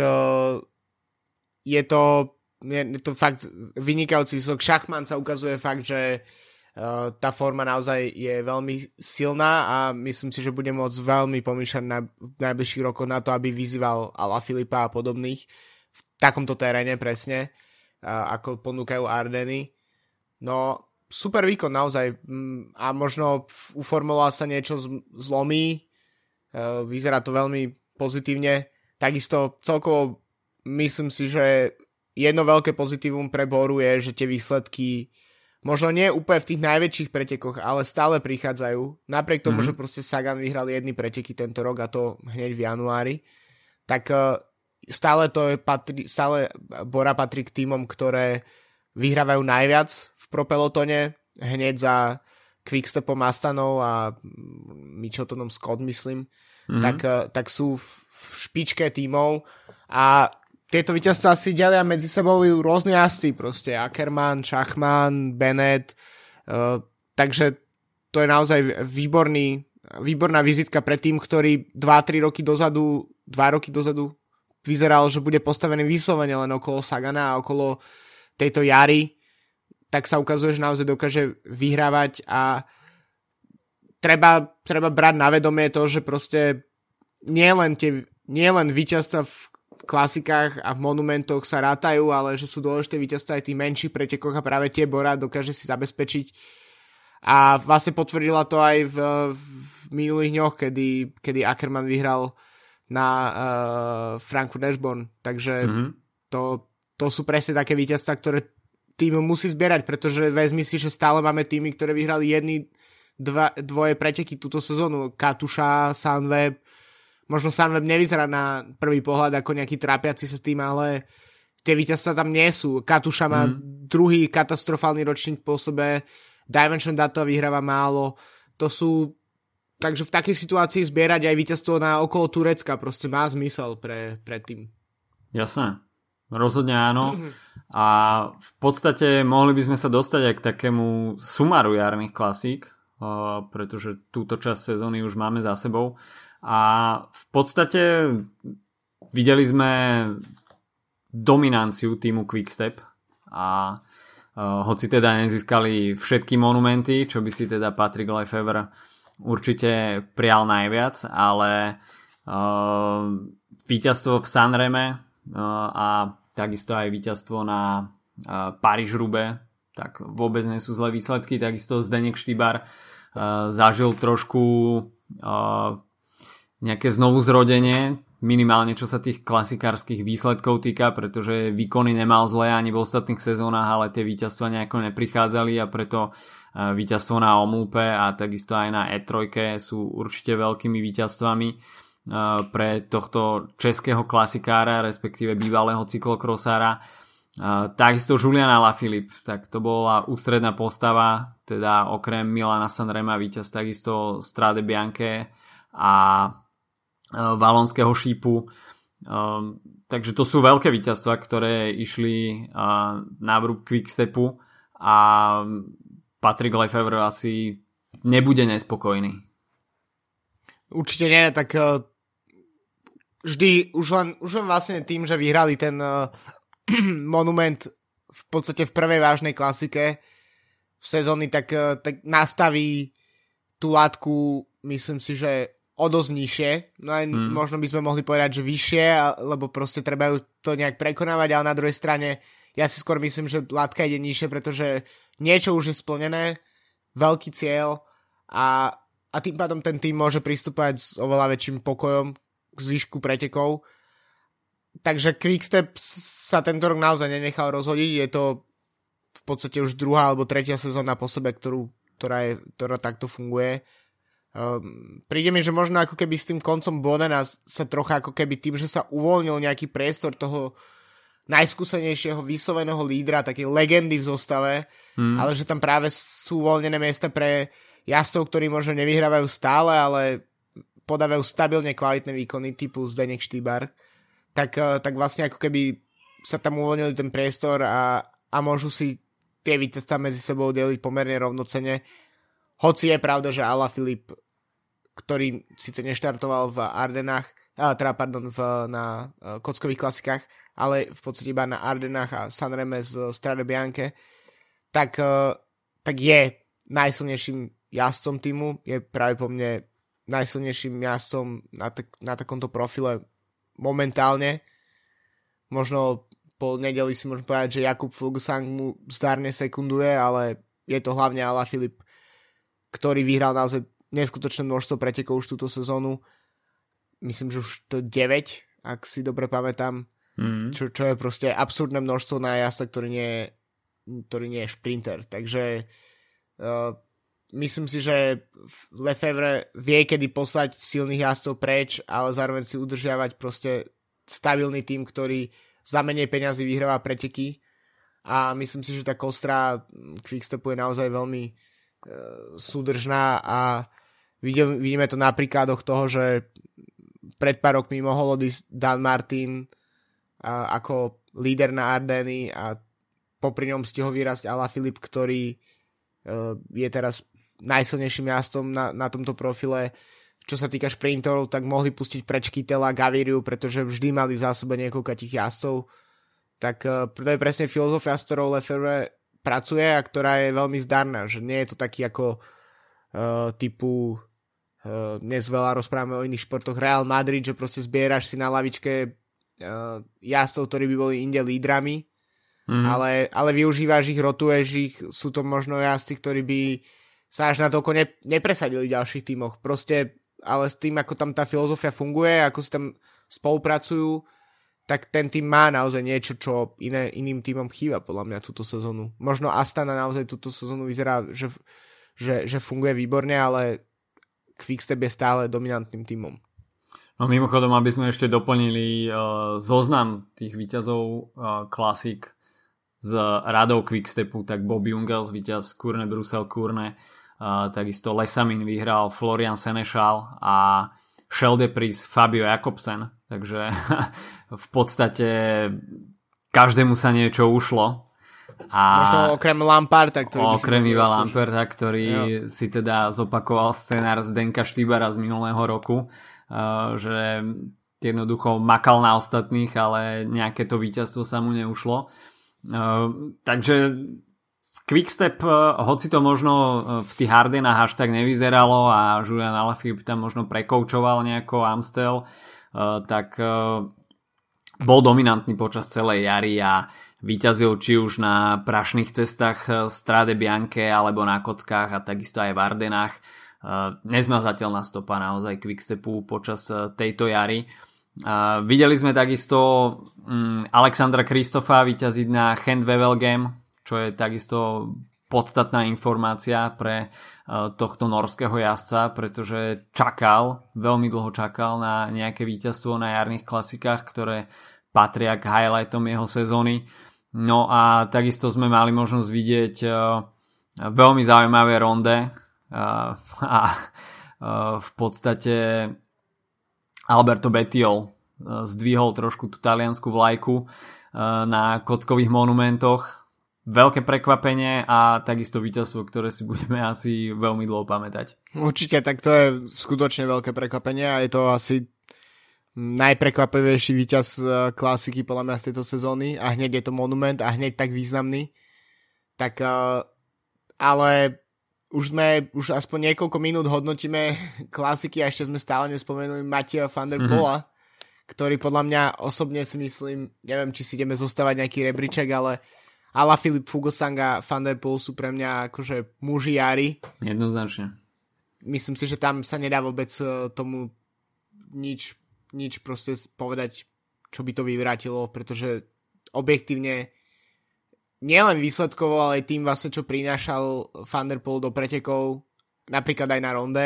je to fakt vynikajúci výsledok. Schachmann sa ukazuje fakt, že tá forma naozaj je veľmi silná a myslím si, že bude môcť veľmi pomýšľať na najbližších rokoch na to, aby vyzýval Alaphilippa a podobných v takomto teréne presne, ako ponúkajú Ardeny. No, super výkon naozaj a možno u Formula sa niečo zlomí, vyzerá to veľmi pozitívne. Takisto celkovo myslím si, že jedno veľké pozitívum pre Boru je, že tie výsledky možno nie úplne v tých najväčších pretekoch, ale stále prichádzajú. Napriek tomu, že proste Sagan vyhral jedny preteky tento rok a to hneď v januári, tak stále Bora patrí k týmom, ktoré vyhrávajú najviac v propelotone, hneď za Quickstepom Astanou a Mitcheltonom Scott, myslím. Tak sú v špičke tímov a tieto víťazstvá si delia medzi sebou rôzne jazdci, proste Ackermann, Schachmann, Bennett, takže to je naozaj výborná vizitka pre tým, ktorý 2 roky dozadu vyzeral, že bude postavený vyslovene len okolo Sagana a okolo tejto jary, tak sa ukazuje, že naozaj dokáže vyhrávať a treba brať na vedomie to, že proste nie len víťazstva v klasikách a v monumentoch sa rátajú, ale že sú dôležité víťazstvá aj v tých menších pretekoch a práve tie Bora dokáže si zabezpečiť. A vlastne potvrdila to aj v minulých dňoch, kedy Ackermann vyhral na Frankfurt-Eschborn. Takže to sú presne také víťazstvá, ktoré tým musí zbierať, pretože vezmi si, že stále máme týmy, ktoré vyhrali dvoje preteky túto sezónu. Katusha, Sunweb. Možno Sunweb nevyzerá na prvý pohľad ako nejaký trápiaci sa s tým, ale tie víťazstvá tam nie sú. Katusha má druhý katastrofálny ročník po sebe, Dimension Data vyhráva málo. Takže v takej situácii zbierať aj víťazstvo na okolo Turecka proste má zmysel pre tým. Jasné, rozhodne áno. A v podstate mohli by sme sa dostať aj k takému sumaru jarných klasík, pretože túto časť sezóny už máme za sebou. A v podstate videli sme dominanciu týmu Quickstep a hoci teda nezískali všetky monumenty, čo by si teda Patrick Lefevre určite prial najviac, ale víťazstvo v Sanreme a takisto aj víťazstvo na Paríž-Roubaix, tak vôbec nie sú zlé výsledky. Takisto Zdeněk Štýbar zažil trošku nejaké znovu zrodenie minimálne čo sa tých klasikárskych výsledkov týka, pretože výkony nemal zlé ani v ostatných sezónach, ale tie víťazstva nejako neprichádzali a preto víťazstvo na Omlupe a takisto aj na E3 sú určite veľkými víťazstvami pre tohto českého klasikára, respektíve bývalého cyklokrosára. Takisto Julian Alaphilippe, tak to bola ústredná postava, teda okrem Milana Sanrema víťaz takisto Strade Bianche a valonského šípu. Takže to sú veľké víťazstva, ktoré išli na vrúb Quickstepu a Patrick Lefevre asi nebude nespokojný. Určite nie, tak vždy už len vlastne tým, že vyhrali ten monument v podstate v prvej vážnej klasike v sezóny, tak nastaví tú látku, myslím si, že o dosť nižšie. No aj možno by sme mohli povedať, že vyššie, lebo proste treba ju to nejak prekonávať, ale na druhej strane ja si skôr myslím, že látka ide nižšie, pretože niečo už je splnené, veľký cieľ a tým pádom ten tým môže pristúpať s oveľa väčším pokojom k zvyšku pretekov. Takže Quickstep sa tento rok naozaj nenechal rozhodiť, je to v podstate už druhá alebo tretia sezóna po sebe, ktorá takto funguje. Príde mi, že možno ako keby s tým koncom Bodena sa trocha ako keby tým, že sa uvoľnil nejaký priestor toho najskúsenejšieho vysloveného lídra, takej legendy v zostave, ale že tam práve sú uvoľnené miesta pre jazdcov, ktorí možno nevyhrávajú stále, ale podávajú stabilne kvalitné výkony typu Zdeněk Štýbar, tak vlastne ako keby sa tam uvoľnili ten priestor a môžu si tie víťazstvá medzi sebou deliť pomerne rovnocene. Hoci je pravda, že Alaphilippe, ktorý síce neštartoval v Ardenách, na kockových klasikách, ale v podstate iba na Ardenách a Sanreme z Strade Bianche, tak je najsilnejším jazdcom týmu, je práve po mne najsilnejším jazdcom na takomto profile momentálne. Možno po nedeli si môžem povedať, že Jakub Fuglsang mu zdárne sekunduje, ale je to hlavne Alaphilippe, ktorý vyhral naozaj neskutočné množstvo pretekov už túto sezónu. Myslím, že už to 9, ak si dobre pamätám. Čo je proste absurdné množstvo na jazda, ktorý nie je šprinter. Takže myslím si, že Lefevre vie, kedy poslať silných jazdcov preč, ale zároveň si udržiavať proste stabilný tým, ktorý za menej peňazí vyhráva preteky. A myslím si, že tá kostra Quickstepu je naozaj veľmi súdržná a vidíme to na príkladoch toho, že pred pár rokmi mohol odísť Dan Martin ako líder na Ardeny a popri ňom stihol vyrásť Alaphilippe, ktorý je teraz najsilnejším jazdcom na tomto profile. Čo sa týka šprinterov, tak mohli pustiť preč Kittela, Gaviriu, pretože vždy mali v zásobe niekoľko tých jazdcov. Tak to je presne filozofia, s ktorou Lefevre pracuje a ktorá je veľmi zdarná, že nie je to taký ako typu dnes veľa rozprávame o iných športoch Real Madrid, že proste zbieraš si na lavičke jazdcov, ktorí by boli inde lídrami, ale využívaš ich, rotuješ ich, sú to možno jazdci, ktorí by sa až na toľko nepresadili v ďalších tímoch, proste, ale s tým, ako tam tá filozofia funguje, ako si tam spolupracujú, tak ten tým má naozaj niečo, čo iným tímom chýba podľa mňa túto sezónu. Možno Astana naozaj túto sezónu vyzerá, že funguje výborne, ale Quickstep je stále dominantným tímom. No mimochodom, aby sme ešte doplnili zoznam tých víťazov klasik z radou Quickstepu, tak Bob Jungels, víťaz Kurne Brusel Kurne, takisto Lesamin vyhral Florian Senechal a Scheldeprijs Fabio Jakobsen, takže v podstate každému sa niečo ušlo. A možno okrem Lamparta, okrem Iva Lamparta, ktorý si teda zopakoval scenár Zdenka Štýbara z minulého roku, že jednoducho makal na ostatných, ale nejaké to víťazstvo sa mu neušlo. Takže Quickstep, hoci to možno v tých Ardenách až tak nevyzeralo a Julian Alaphilippe tam možno prekoučoval nejako Amstel, tak bol dominantný počas celej jary a víťazil či už na prašných cestách Strade Bianche alebo na kockách a takisto aj v Ardenách. Nezmazateľná stopa naozaj Quickstepu počas tejto jary. Videli sme takisto Alexandra Kristofa víťaziť na Gent-Wevelgem, čo je takisto podstatná informácia pre tohto norského jazdca, pretože veľmi dlho čakal na nejaké víťazstvo na jarných klasikách, ktoré patria k highlightom jeho sezóny. No a takisto sme mali možnosť vidieť veľmi zaujímavé ronde a v podstate Alberto Bettiol zdvihol trošku tú taliansku vlajku na kockových monumentoch. Veľké prekvapenie a takisto víťazstvo, ktoré si budeme asi veľmi dlho pamätať. Určite, tak to je skutočne veľké prekvapenie a je to asi najprekvapivejší víťaz klasiky podľa mňa z tejto sezóny a hneď je to monument a hneď tak významný. Tak ale už aspoň niekoľko minút hodnotíme klasiky a ešte sme stále nespomenuli Matthewa van der Poela, ktorý podľa mňa osobne si myslím, neviem, či si ideme zostávať nejaký rebríček, ale Ala Filip Fuglsang a Van der Poel sú pre mňa akože muži jary. Jednoznačne. Myslím si, že tam sa nedá vôbec tomu nič proste povedať, čo by to vyvrátilo, pretože objektívne nielen výsledkovo, ale aj tým vlastne, čo prinášal Van der Poel do pretekov, napríklad aj na ronde,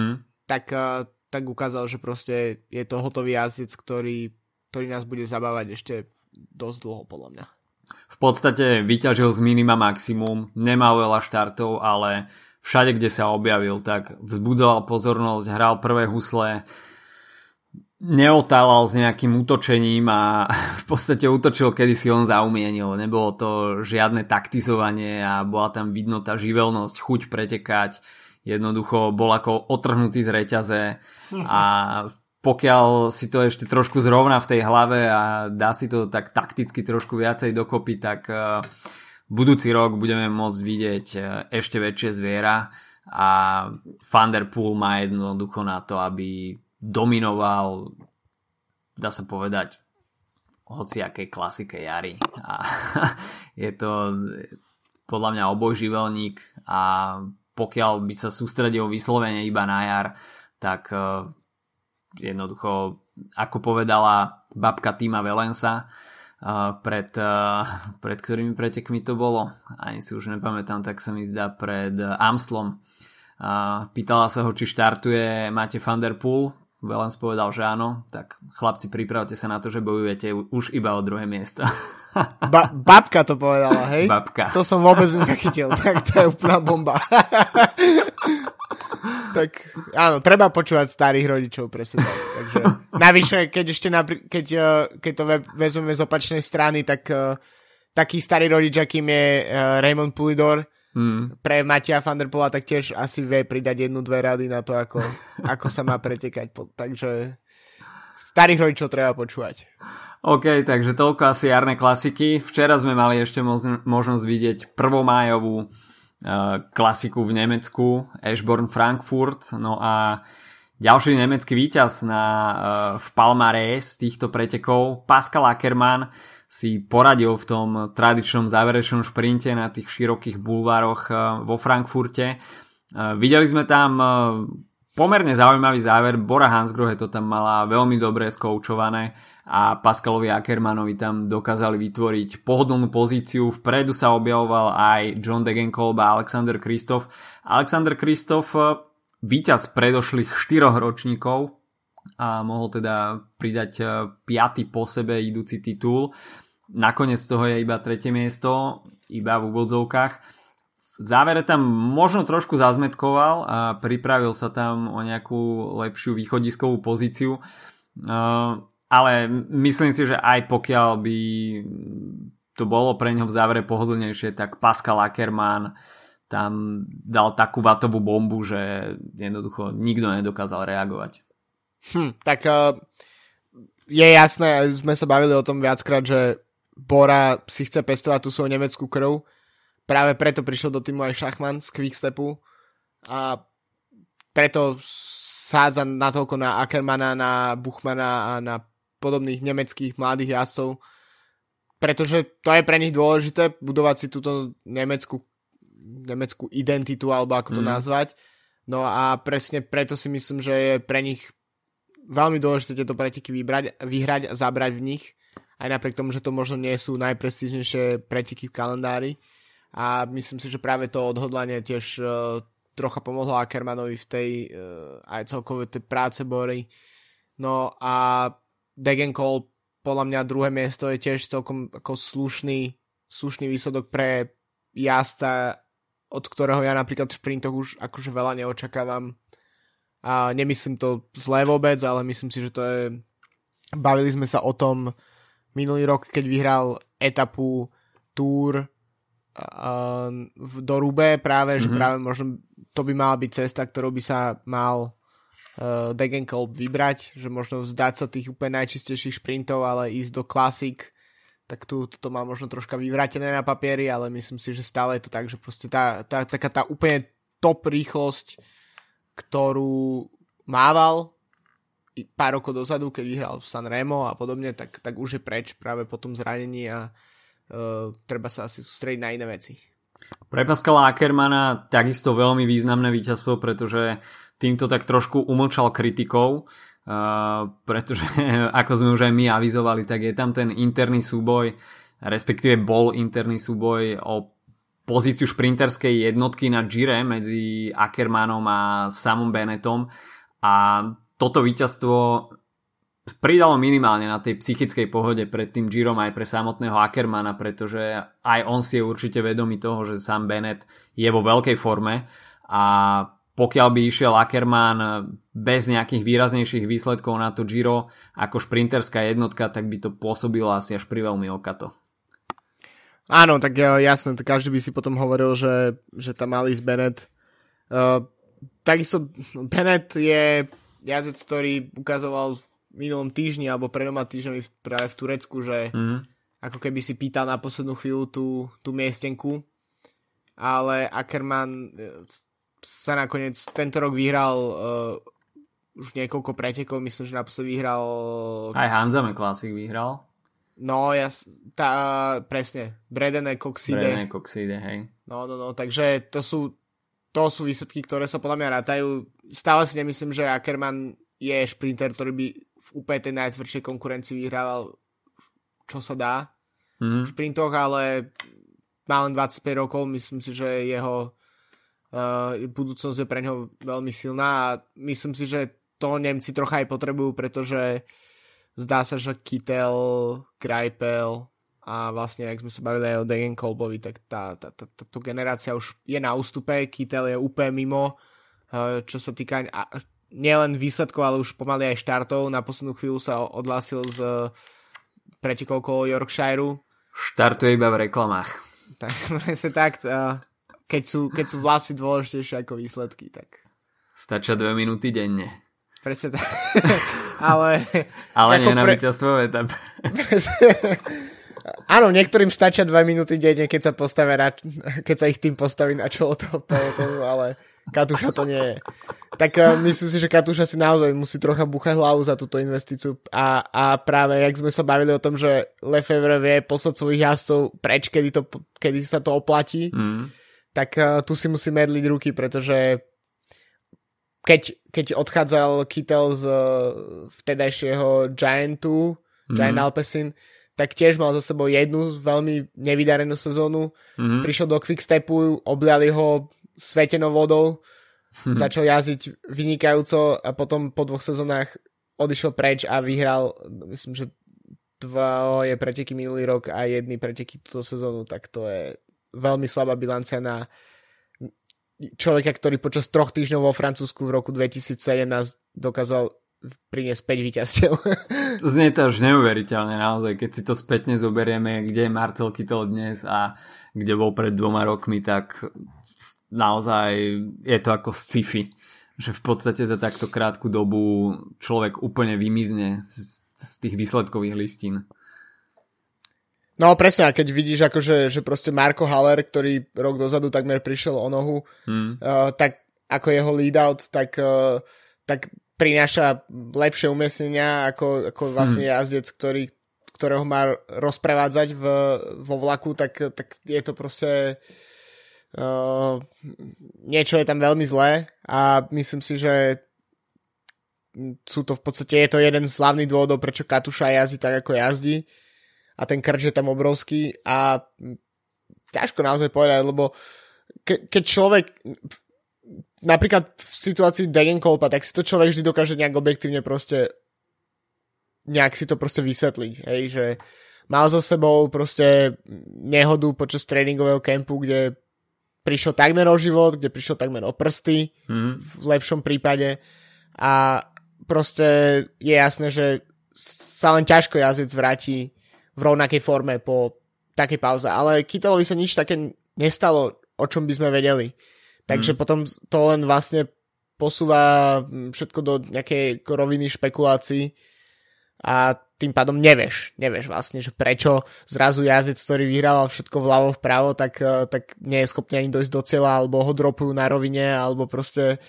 tak ukázal, že proste je to hotový jazdec, ktorý nás bude zabávať ešte dosť dlho, podľa mňa. V podstate vyťažil z minima maximum, nemal veľa štartov, ale všade, kde sa objavil, tak vzbudzoval pozornosť, hral prvé husle, neotálal s nejakým útočením a v podstate útočil, kedy si on zaumienil. Nebolo to žiadne taktizovanie a bola tam vidno tá živelnosť, chuť pretekať. Jednoducho bol ako otrhnutý z reťaze a pokiaľ si to ešte trošku zrovná v tej hlave a dá si to tak takticky trošku viacej dokopy, tak budúci rok budeme môcť vidieť ešte väčšie zviera a Van der Poel má jednoducho na to, aby dominoval, dá sa povedať, hociakej klasike jary. A je to podľa mňa obojživelník a pokiaľ by sa sústredil vyslovene iba na jar, tak jednoducho, ako povedala babka Tima Valensa, pred ktorými pretekmi to bolo, ani si už nepamätám, tak sa mi zdá pred Amstlom. Pýtala sa ho, či štartuje Matej van der Poel. Valens povedal, že áno. Tak chlapci, pripravte sa na to, že bojujete už iba o druhé miesto. Babka to povedala, hej? Babka. To som vôbec nezachytil. Tak to je úplná bomba. Tak áno, treba počúvať starých rodičov presne tak. Takže navyše, keď to vezmeme z opačnej strany, tak taký starý rodič, akým je Raymond Poulidor, pre Matthewa van der Poela, tak tiež asi vie pridať 1-2 rady na to, ako sa má pretekať. Takže starých rodičov treba počúvať. OK, takže toľko asi jarné klasiky. Včera sme mali ešte možnosť vidieť prvomájovú klasiku v Nemecku, Eschborn Frankfurt. No a ďalší nemecký víťaz v palmarès týchto pretekov, Pascal Ackermann, si poradil v tom tradičnom záverečnom šprinte na tých širokých bulvároch vo Frankfurte. Videli sme tam pomerne zaujímavý záver. Bora Hansgrohe to tam mala veľmi dobre skoučované a Pascalovi Ackermannovi tam dokázali vytvoriť pohodlnú pozíciu. Vpredu sa objavoval aj John Degenkolb a Alexander Kristof. Alexander Kristof, víťaz predošlých 4 ročníkov, a mohol teda pridať 5. po sebe idúci titul. Nakoniec toho je iba 3. miesto, iba v úvodzovkách. V závere tam možno trošku zazmetkoval a pripravil sa tam o nejakú lepšiu východiskovú pozíciu. Ale myslím si, že aj pokiaľ by to bolo pre ňo v závere pohodlnejšie, tak Pascal Ackermann tam dal takú vatovú bombu, že jednoducho nikto nedokázal reagovať. Tak je jasné, sme sa bavili o tom viackrát, že Bora si chce pestovať tú svoju nemeckú krv. Práve preto prišiel do týmu aj Schachmann z Quickstepu a preto sádza natoľko na Ackermana, na Buchmana a na podobných nemeckých mladých jazdcov, pretože to je pre nich dôležité budovať si túto nemeckú identitu, alebo ako to nazvať. No a presne preto si myslím, že je pre nich veľmi dôležité tieto preteky vyhrať a zabrať v nich, aj napriek tomu, že to možno nie sú najprestížnejšie preteky v kalendári. A myslím si, že práve to odhodlanie tiež trocha pomohlo Ackermanovi v tej aj celkové tej práce Bory. No a Degenkolb, podľa mňa druhé miesto je tiež celkom ako slušný výsledok pre jazdca, od ktorého ja napríklad v šprintoch už akože veľa neočakávam. A nemyslím to zlé vôbec, ale myslím si, že to je... Bavili sme sa o tom minulý rok, keď vyhral etapu Tour do Roubaix práve, že práve možno to by mala byť cesta, ktorou by sa mal Degenkolb vybrať, že možno vzdať sa tých úplne najčistejších šprintov, ale ísť do klasik, tak tu to má možno troška vyvrátené na papieri, ale myslím si, že stále je to tak, že proste taká tá úplne top rýchlosť, ktorú mával pár rokov dozadu, keď vyhral v Sanremo a podobne, tak už je preč práve po tom zranení a treba sa asi sústrediť na iné veci. Pre Pascala Ackermana takisto veľmi významné víťazstvo, pretože týmto tak trošku umlčal kritikov, pretože ako sme už aj my avizovali, tak je tam ten interný súboj, respektíve bol interný súboj o pozíciu šprinterskej jednotky na Gire medzi Ackermanom a Samom Bennettom a toto víťazstvo pridalo minimálne na tej psychickej pohode pred tým Girom aj pre samotného Ackermana, pretože aj on si je určite vedomý toho, že Sam Bennett je vo veľkej forme a pokiaľ by išiel Ackerman bez nejakých výraznejších výsledkov na to Giro ako šprinterská jednotka, tak by to pôsobilo asi až pri veľmi okato. Áno, tak jasné, tak každý by si potom hovoril, že tam mal ísť Bennett. Takisto Bennett je jazdec, ktorý ukazoval v minulom týždni alebo pred 2 týždňami práve v Turecku, že ako keby si pýtal na poslednú chvíľu tú miestenku, ale Ackerman sa nakoniec tento rok vyhral už niekoľko pretekov, myslím, že naposledy vyhral... Aj Hanzame Classic vyhral. No, presne. Bredene Coxide, hej. No, takže to sú výsledky, ktoré sa podľa mňa rátajú. Stále si nemyslím, že Ackerman je šprinter, ktorý by v úplne tej najtvrdšej konkurencii vyhrával, čo sa dá v šprintoch, ale má len 25 rokov, myslím si, že jeho budúcnosť je pre neho veľmi silná a myslím si, že to Nemci trocha aj potrebujú, pretože zdá sa, že Kittel, Greipel a vlastne, ak sme sa bavili aj o Degenkolbovi, tak táto generácia už je na ústupe. Kittel je úplne mimo, čo sa týka nielen výsledkov, ale už pomaly aj štartov. Na poslednú chvíľu sa odhlásil z pretekov okolo Yorkshireu. Štartuje iba v reklamách. Tak, presne tak. Keď sú vlasy dôležitejšie ako výsledky, tak... Stačia 2 minúty denne. Presne tak. ale nie na víťazstvo etap. Áno, niektorým stačia 2 minúty denne, keď sa ich tým postaví na čelo toho pelotonu, ale Katusha to nie je. Tak myslím si, že Katusha si naozaj musí trocha búchať hlavu za túto investíciu a práve, jak sme sa bavili o tom, že Lefevre vie poslať svojich jazdcov preč, kedy sa to oplatí, tak tu si musí medliť ruky, pretože keď odchádzal Kittel z vtedajšieho Giant Alpecin, tak tiež mal za sebou jednu veľmi nevydarenú sezónu. Prišiel do Quickstepu, obliali ho svetenou vodou, začal jazdiť vynikajúco a potom po 2 sezónach odišiel preč a vyhral, myslím, že 2 preteky minulý rok a 1 preteky túto sezónu, tak to je veľmi slabá bilancia na človeka, ktorý počas 3 týždňov vo Francúzsku v roku 2017 dokázal priniesť 5 víťazstiev. Znie to až neuveriteľne naozaj, keď si to spätne zoberieme, kde je Marcel Kittel dnes a kde bol pred 2 rokmi, tak naozaj je to ako sci-fi, že v podstate za takto krátku dobu človek úplne vymizne z tých výsledkových listín. No presne, a keď vidíš akože, že proste Marko Haller, ktorý rok dozadu takmer prišiel o nohu, tak ako jeho lead-out, tak prináša lepšie umiestnenia ako vlastne jazdec, ktorého má rozprevádzať vo vlaku, tak je to proste niečo je tam veľmi zlé a myslím si, že sú to v podstate, je to jeden z hlavných dôvodov, prečo Katusha jazdí tak, ako jazdí a ten krč je tam obrovský a ťažko naozaj povedať, lebo keď človek napríklad v situácii Degenkolba, tak si to človek vždy dokáže nejak objektívne proste nejak si to proste vysvetliť, hej, že mal za sebou proste nehodu počas tréningového kempu, kde prišiel takmer o život, kde prišiel takmer o prsty v lepšom prípade a proste je jasné, že sa len ťažko jazdec vráti v rovnakej forme po takej pauze, ale Kittelovi sa nič také nestalo, o čom by sme vedeli. Takže potom to len vlastne posúva všetko do nejakej roviny špekulácií a tým pádom nevieš vlastne, že prečo zrazu jazdec, ktorý vyhrával všetko vľavo vpravo, tak nie je schopný ani dojsť do cieľa, alebo ho dropujú na rovine, alebo proste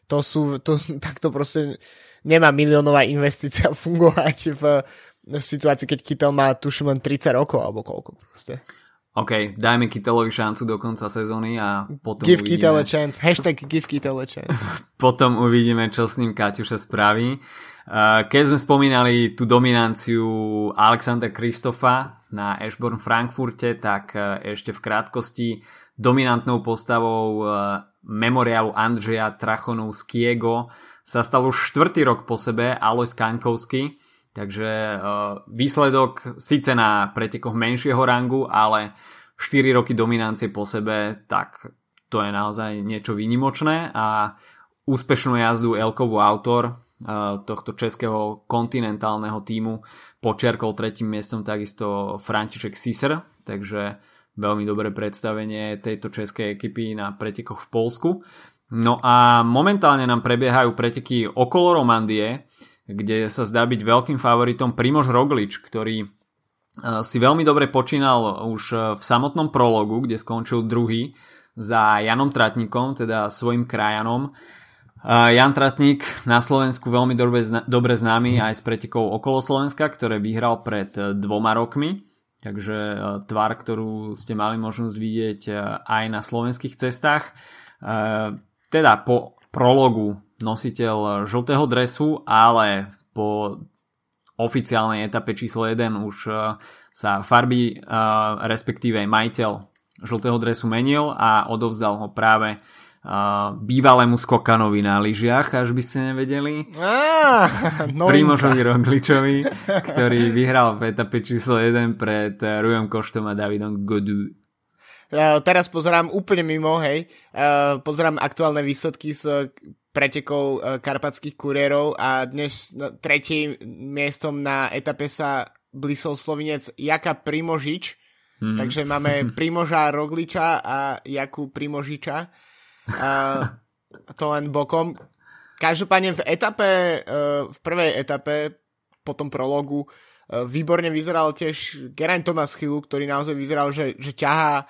takto proste nemá miliónová investícia fungovať v situácii, keď Kittel má tuším len 30 rokov, alebo koľko proste. OK, dajme Kittelovi šancu do konca sezóny a potom Give Kittel a chance. Hashtag give Kittel a chance. Potom uvidíme, čo s ním Kaťuša spraví. Keď sme spomínali tú dominanciu Alexandra Kristofa na Eschborn Frankfurte, tak ešte v krátkosti dominantnou postavou memoriálu Andrzeja Trachonovského sa stal už 4. rok po sebe Alojz Kaňkovský, takže výsledok síce na pretekoch menšieho rangu, ale 4 roky dominancie po sebe, tak to je naozaj niečo výnimočné a úspešnú jazdu Elkovú autor tohto českého kontinentálneho tímu počiarkol 3. miestom takisto František Sisser, takže veľmi dobré predstavenie tejto českej ekipy na pretekoch v Poľsku. No a momentálne nám prebiehajú preteky okolo Romandie, kde sa zdá byť veľkým favoritom Primož Roglič, ktorý si veľmi dobre počínal už v samotnom prologu, kde skončil druhý za Janom Tratníkom, teda svojim krajanom. Jan Tratník na Slovensku veľmi dobre známy aj z pretekov okolo Slovenska, ktoré vyhral pred 2 rokmi. Takže tvár, ktorú ste mali možnosť vidieť aj na slovenských cestách. Teda po prologu nositeľ žltého dresu, ale po oficiálnej etape číslo 1 už sa farby, respektíve majiteľ žltého dresu menil a odovzdal ho práve bývalému skokanovi na lyžiach, až by ste nevedeli. Primožovi Rogličovi, ktorý vyhral v etape číslo 1 pred Rujom Koštom a Davidom Godu. Teraz pozerám úplne mimo, hej. Pozerám aktuálne výsledky z pretekov karpatských kuriérov a dnes 3. miestom na etape sa blísol Slovinec Jaka Primožič. Takže máme Primoža Rogliča a Jaku Primožiča. To len bokom. Každopádne v prvej etape po tom prologu výborne vyzeral tiež Geraint Thomas Chylu, ktorý naozaj vyzeral, že ťahá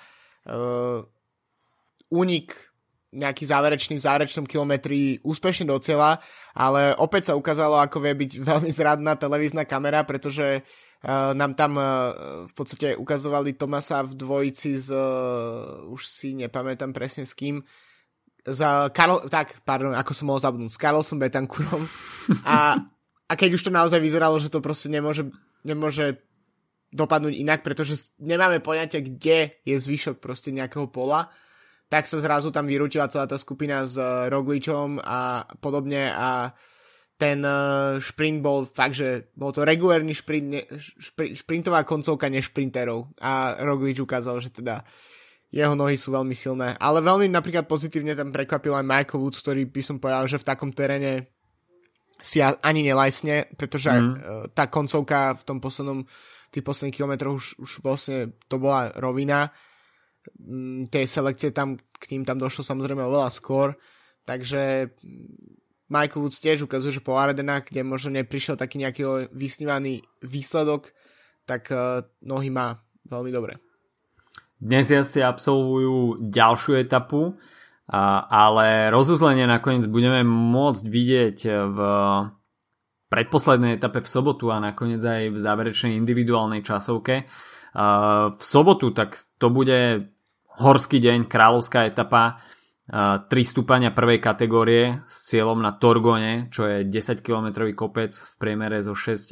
únik nejaký záverečný v záverečnom kilometri úspešne do cieľa, ale opäť sa ukázalo, ako vie byť veľmi zradná televízna kamera, pretože nám tam v podstate ukazovali Thomasa v dvojici s už si nepamätám presne s kým, s Carlosom Betancurom a keď už to naozaj vyzeralo, že to proste nemôže dopadnúť inak, pretože nemáme poňatia, kde je zvyšok proste nejakého pola, tak sa zrazu tam vyrútila celá tá skupina s Rogličom a podobne a ten šprint bol fakt, že bol to regulárny šprintová koncovka nešprinterov a Roglič ukázal, že teda jeho nohy sú veľmi silné, ale veľmi napríklad pozitívne tam prekvapil aj Michael Woods, ktorý by som povedal, že v takom teréne si ani nelajsne, pretože tá koncovka v tom tých posledných kilometroch už vlastne to bola rovina. Tie selekcie tam k ním tam došlo samozrejme oveľa skôr, takže Michael Woods tiež ukazuje, že po Ardenách, kde možno neprišiel taký nejaký vysnívaný výsledok, tak nohy má veľmi dobre. Dnes jazdci absolvujú ďalšiu etapu, ale rozuzlenie nakoniec budeme môcť vidieť v predposlednej etape v sobotu a nakoniec aj v záverečnej individuálnej časovke. V sobotu tak to bude horský deň, kráľovská etapa, 3 stúpania prvej kategórie s cieľom na Torgone, čo je 10-kilometrový kopec v priemere so 6,5%.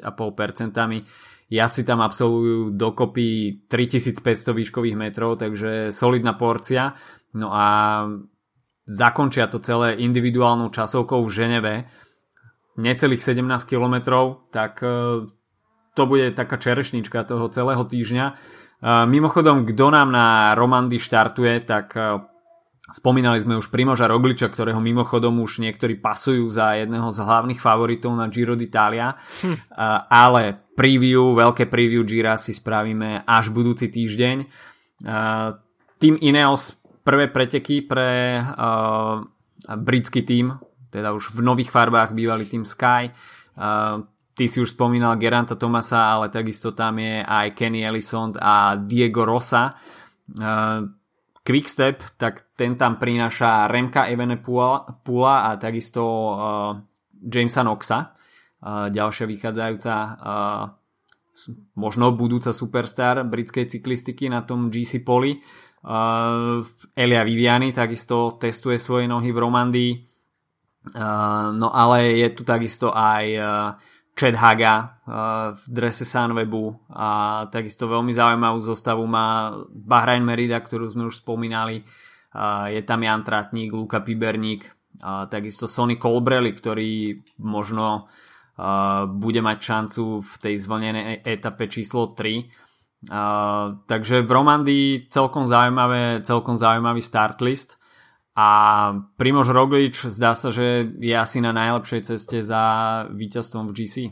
Jazdci tam absolvujú dokopy 3500 výškových metrov, takže solidná porcia. No a zakončia to celé individuálnou časovkou v Ženeve necelých 17 kilometrov, tak to bude taká čerešnička toho celého týždňa. Mimochodom, kto nám na Romandii štartuje, tak spomínali sme už Primoža Rogliča, ktorého mimochodom už niektorí pasujú za jedného z hlavných favoritov na Giro d'Italia, ale veľké preview Gira si spravíme až budúci týždeň. Tým Ineos prvé preteky pre britský tím, teda už v nových farbách bývalý tým Sky. Ty si už spomínal Geranta Thomasa, ale takisto tam je aj Kenny Elissonde a Diego Rosa. Quickstep, tak ten tam prináša Remka Evenepoela a takisto Jamesa Knoxa, ďalšia vychádzajúca možno budúca superstar britskej cyklistiky na tom GC poli. Elia Viviani takisto testuje svoje nohy v Romandii, no ale je tu takisto aj Chad Haga v drese Sunwebu a takisto veľmi zaujímavú zostavu má Bahrain Merida, ktorú sme už spomínali. Je tam Jan Tratník, Luka Piberník, takisto Sonny Colbrelli, ktorý možno bude mať šancu v tej zvlnenej etape číslo 3. Takže v Romandii celkom zaujímavý start list. A Primož Roglič zdá sa, že je asi na najlepšej ceste za víťazstvom v GC.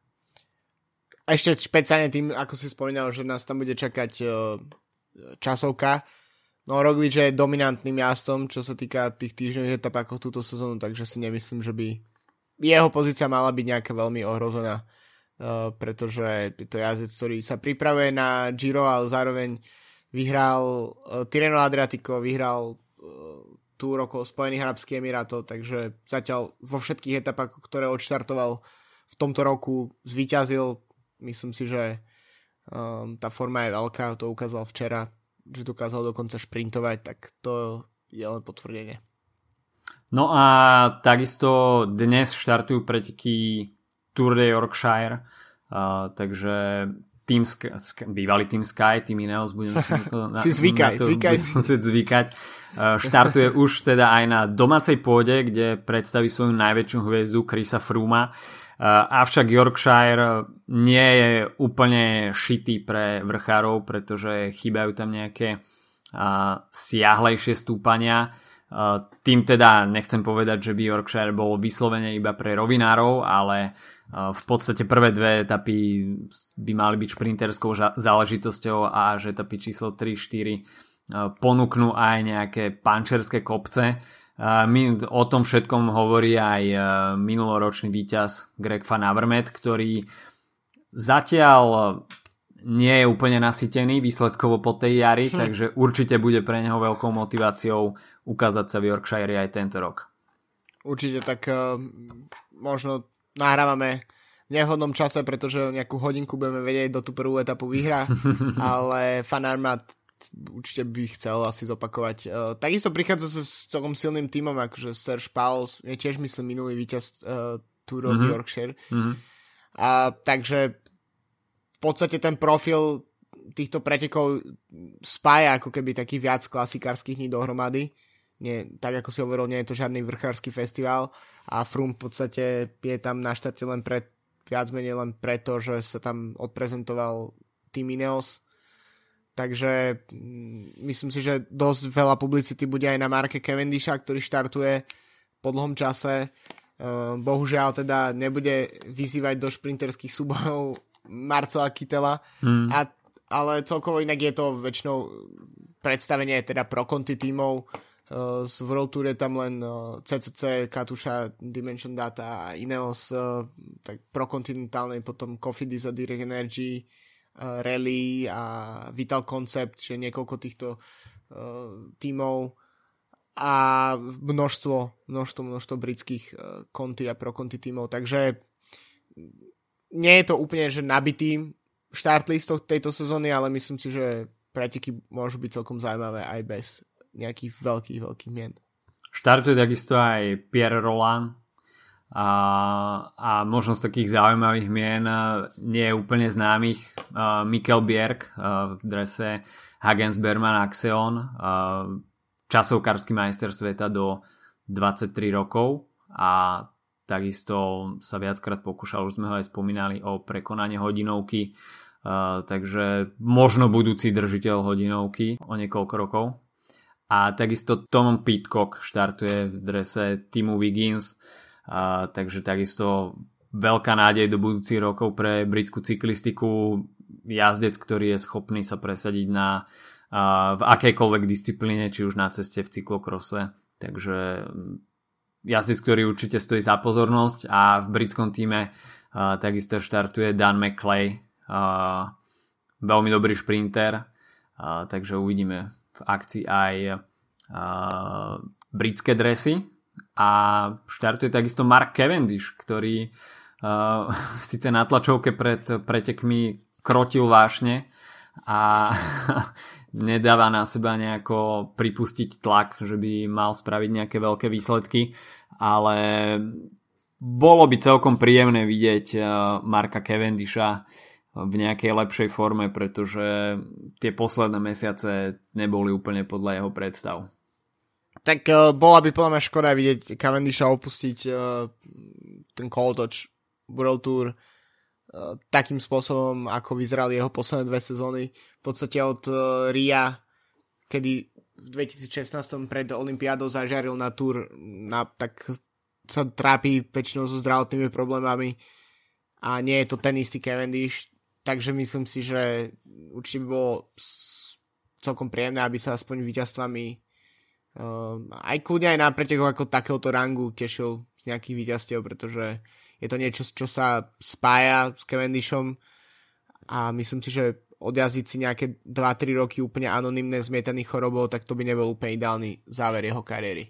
Ešte špeciálne tým, ako si spomínal, že nás tam bude čakať časovka. No Roglič je dominantným jazdcom, čo sa týka tých týždňových etap ako túto sezónu, takže si nemyslím, že by jeho pozícia mala byť nejaká veľmi ohrozená, pretože je to jazdec, ktorý sa pripravuje na Giro, ale zároveň vyhral Tirreno Adriatico, vyhral Tour okolo Spojených arabských emirátov, takže zatiaľ vo všetkých etapách, ktoré odštartoval v tomto roku, zvíťazil. Myslím si, že tá forma je veľká, to ukázal včera, že dokázal dokonca šprintovať, tak to je len potvrdenie. No a takisto dnes štartujú preteky Tour de Yorkshire, takže bývalý tým Sky, tým Ineos, budeme si musieť zvykať. Štartuje už teda aj na domácej pôde, kde predstaví svoju najväčšiu hviezdu Chrisa Frooma. Avšak Yorkshire nie je úplne šitý pre vrchárov, pretože chýbajú tam nejaké siahlejšie stúpania. Tým teda nechcem povedať, že by Yorkshire bol vyslovene iba pre rovinárov, ale v podstate prvé dve etapy by mali byť šprinterskou záležitosťou a že etapy číslo 3-4 ponúknú aj nejaké pančerské kopce. O tom všetkom hovorí aj minuloročný víťaz Greg Van Avermaet, ktorý zatiaľ nie je úplne nasýtený výsledkovo po tej jari, takže určite bude pre neho veľkou motiváciou ukázať sa v Yorkshire aj tento rok. Určite, tak možno nahrávame v nehodnom čase, pretože nejakú hodinku budeme vedieť, do tú prvú etapu vyhrá, ale Van Avermaet určite by chcel asi zopakovať. Takisto prichádza s celkom silným tímom, akože Serge Pauls, je tiež myslím minulý víťaz Tour of Yorkshire. Takže v podstate ten profil týchto pretekov spája ako keby taký viac klasikárskych dní dohromady. Nie, tak ako si hovoril, nie je to žiadny vrchársky festival a Froome v podstate je tam na štarte viac menej len preto, že sa tam odprezentoval tým Ineos. Takže myslím si, že dosť veľa publicity bude aj na Marke Cavendisha, ktorý štartuje po dlhom čase. Bohužiaľ teda nebude vyzývať do šprinterských súbojov Marcela Kittela, ale celkovo inak je to väčšinou predstavenie teda pro konti tímov. Z World Tour je tam len CCC, Katusha, Dimension Data a Ineos, tak pro kontinentálnej potom Cofidis a Direct Energy, Rally a Vital Concept, čiže niekoľko týchto tímov a množstvo britských konti a pro konti tímov, takže nie je to úplne že nabitý štartlist tejto sezóny, ale myslím si, že preteky môžu byť celkom zaujímavé aj bez nejakých veľkých mien. Štartuje takisto aj Pierre Roland a možno z takých zaujímavých mien nie je úplne známych Mikkel Bjerg v drese Hagens Berman Axeon, časovkársky majster sveta do 23 rokov a takisto sa viackrát pokúšal, už sme ho aj spomínali, o prekonanie hodinovky, takže možno budúci držiteľ hodinovky o niekoľko rokov. A takisto Tom Pidcock štartuje v drese Timu Wiggins, takže takisto veľká nádej do budúcich rokov pre britskú cyklistiku, jazdec, ktorý je schopný sa presadiť v akejkoľvek disciplíne, či už na ceste v cyklokrose. Takže jazdec, ktorý určite stojí za pozornosť, a v britskom týme takisto štartuje Dan McClay, veľmi dobrý šprinter, takže uvidíme v akcii aj britské dresy. A štartuje takisto Mark Cavendish, ktorý síce na tlačovke pred pretekmi krotil vášne a nedáva na seba nejako pripustiť tlak, že by mal spraviť nejaké veľké výsledky, ale bolo by celkom príjemné vidieť Marka Cavendisha v nejakej lepšej forme, pretože tie posledné mesiace neboli úplne podľa jeho predstav. Tak bola by podľa mňa škoda vidieť Cavendisha opustiť ten Cold Touch World Tour takým spôsobom, ako vyzerali jeho posledné 2 sezóny. V podstate od Ria, kedy v 2016 pred olympiádou zažiaril na Tour, tak sa trápi väčšinou so zdravotnými problémami a nie je to ten istý Cavendish, takže myslím si, že určite by bolo celkom príjemné, aby sa aspoň víťazstvami aj kľudne aj na pretekoch ako takéhoto rangu tešil z nejakých víťazstiev, pretože je to niečo, čo sa spája s Cavendishom a myslím si, že odjazdiť si nejaké 2-3 roky úplne anonymné zmietaných chorobou, tak to by nebol úplne ideálny záver jeho kariéry.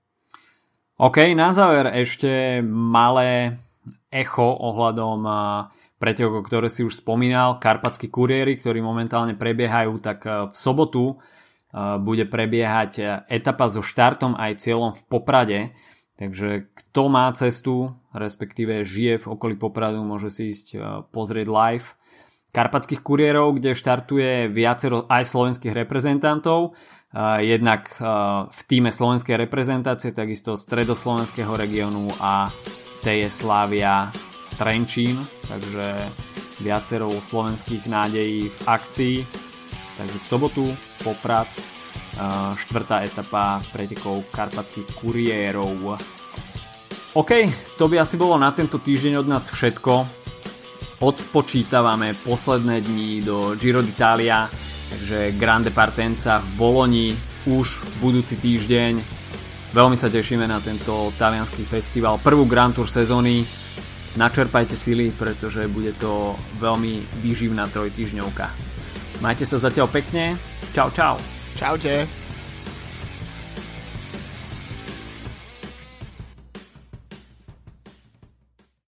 OK, na záver ešte malé echo ohľadom pretekov, ktoré si už spomínal. Karpatskí kuriéri, ktorí momentálne prebiehajú, tak v sobotu bude prebiehať etapa so štartom aj cieľom v Poprade. Takže kto má cestu, respektíve žije v okolí Popradu, môže si ísť pozrieť live Karpatských kuriérov, kde štartuje viacero aj slovenských reprezentantov. Jednak v tíme slovenskej reprezentácie, takisto stredoslovenského regiónu a TJ Slavia Trenčín. Takže viacero slovenských nádejí v akcii. Takže v sobotu Poprad, 4. etapa pretekov Karpatských kuriérov. OK, to by asi bolo na tento týždeň od nás všetko. Odpočítavame posledné dni do Giro d'Italia, takže Grande Partenza v Boloni už budúci týždeň. Veľmi sa tešíme na tento taliansky festival, prvú Grand Tour sezóny. Načerpajte sily, pretože bude to veľmi výživná trojtýždňovka. Majte sa zatiaľ pekne. Čau, čau. Čaute.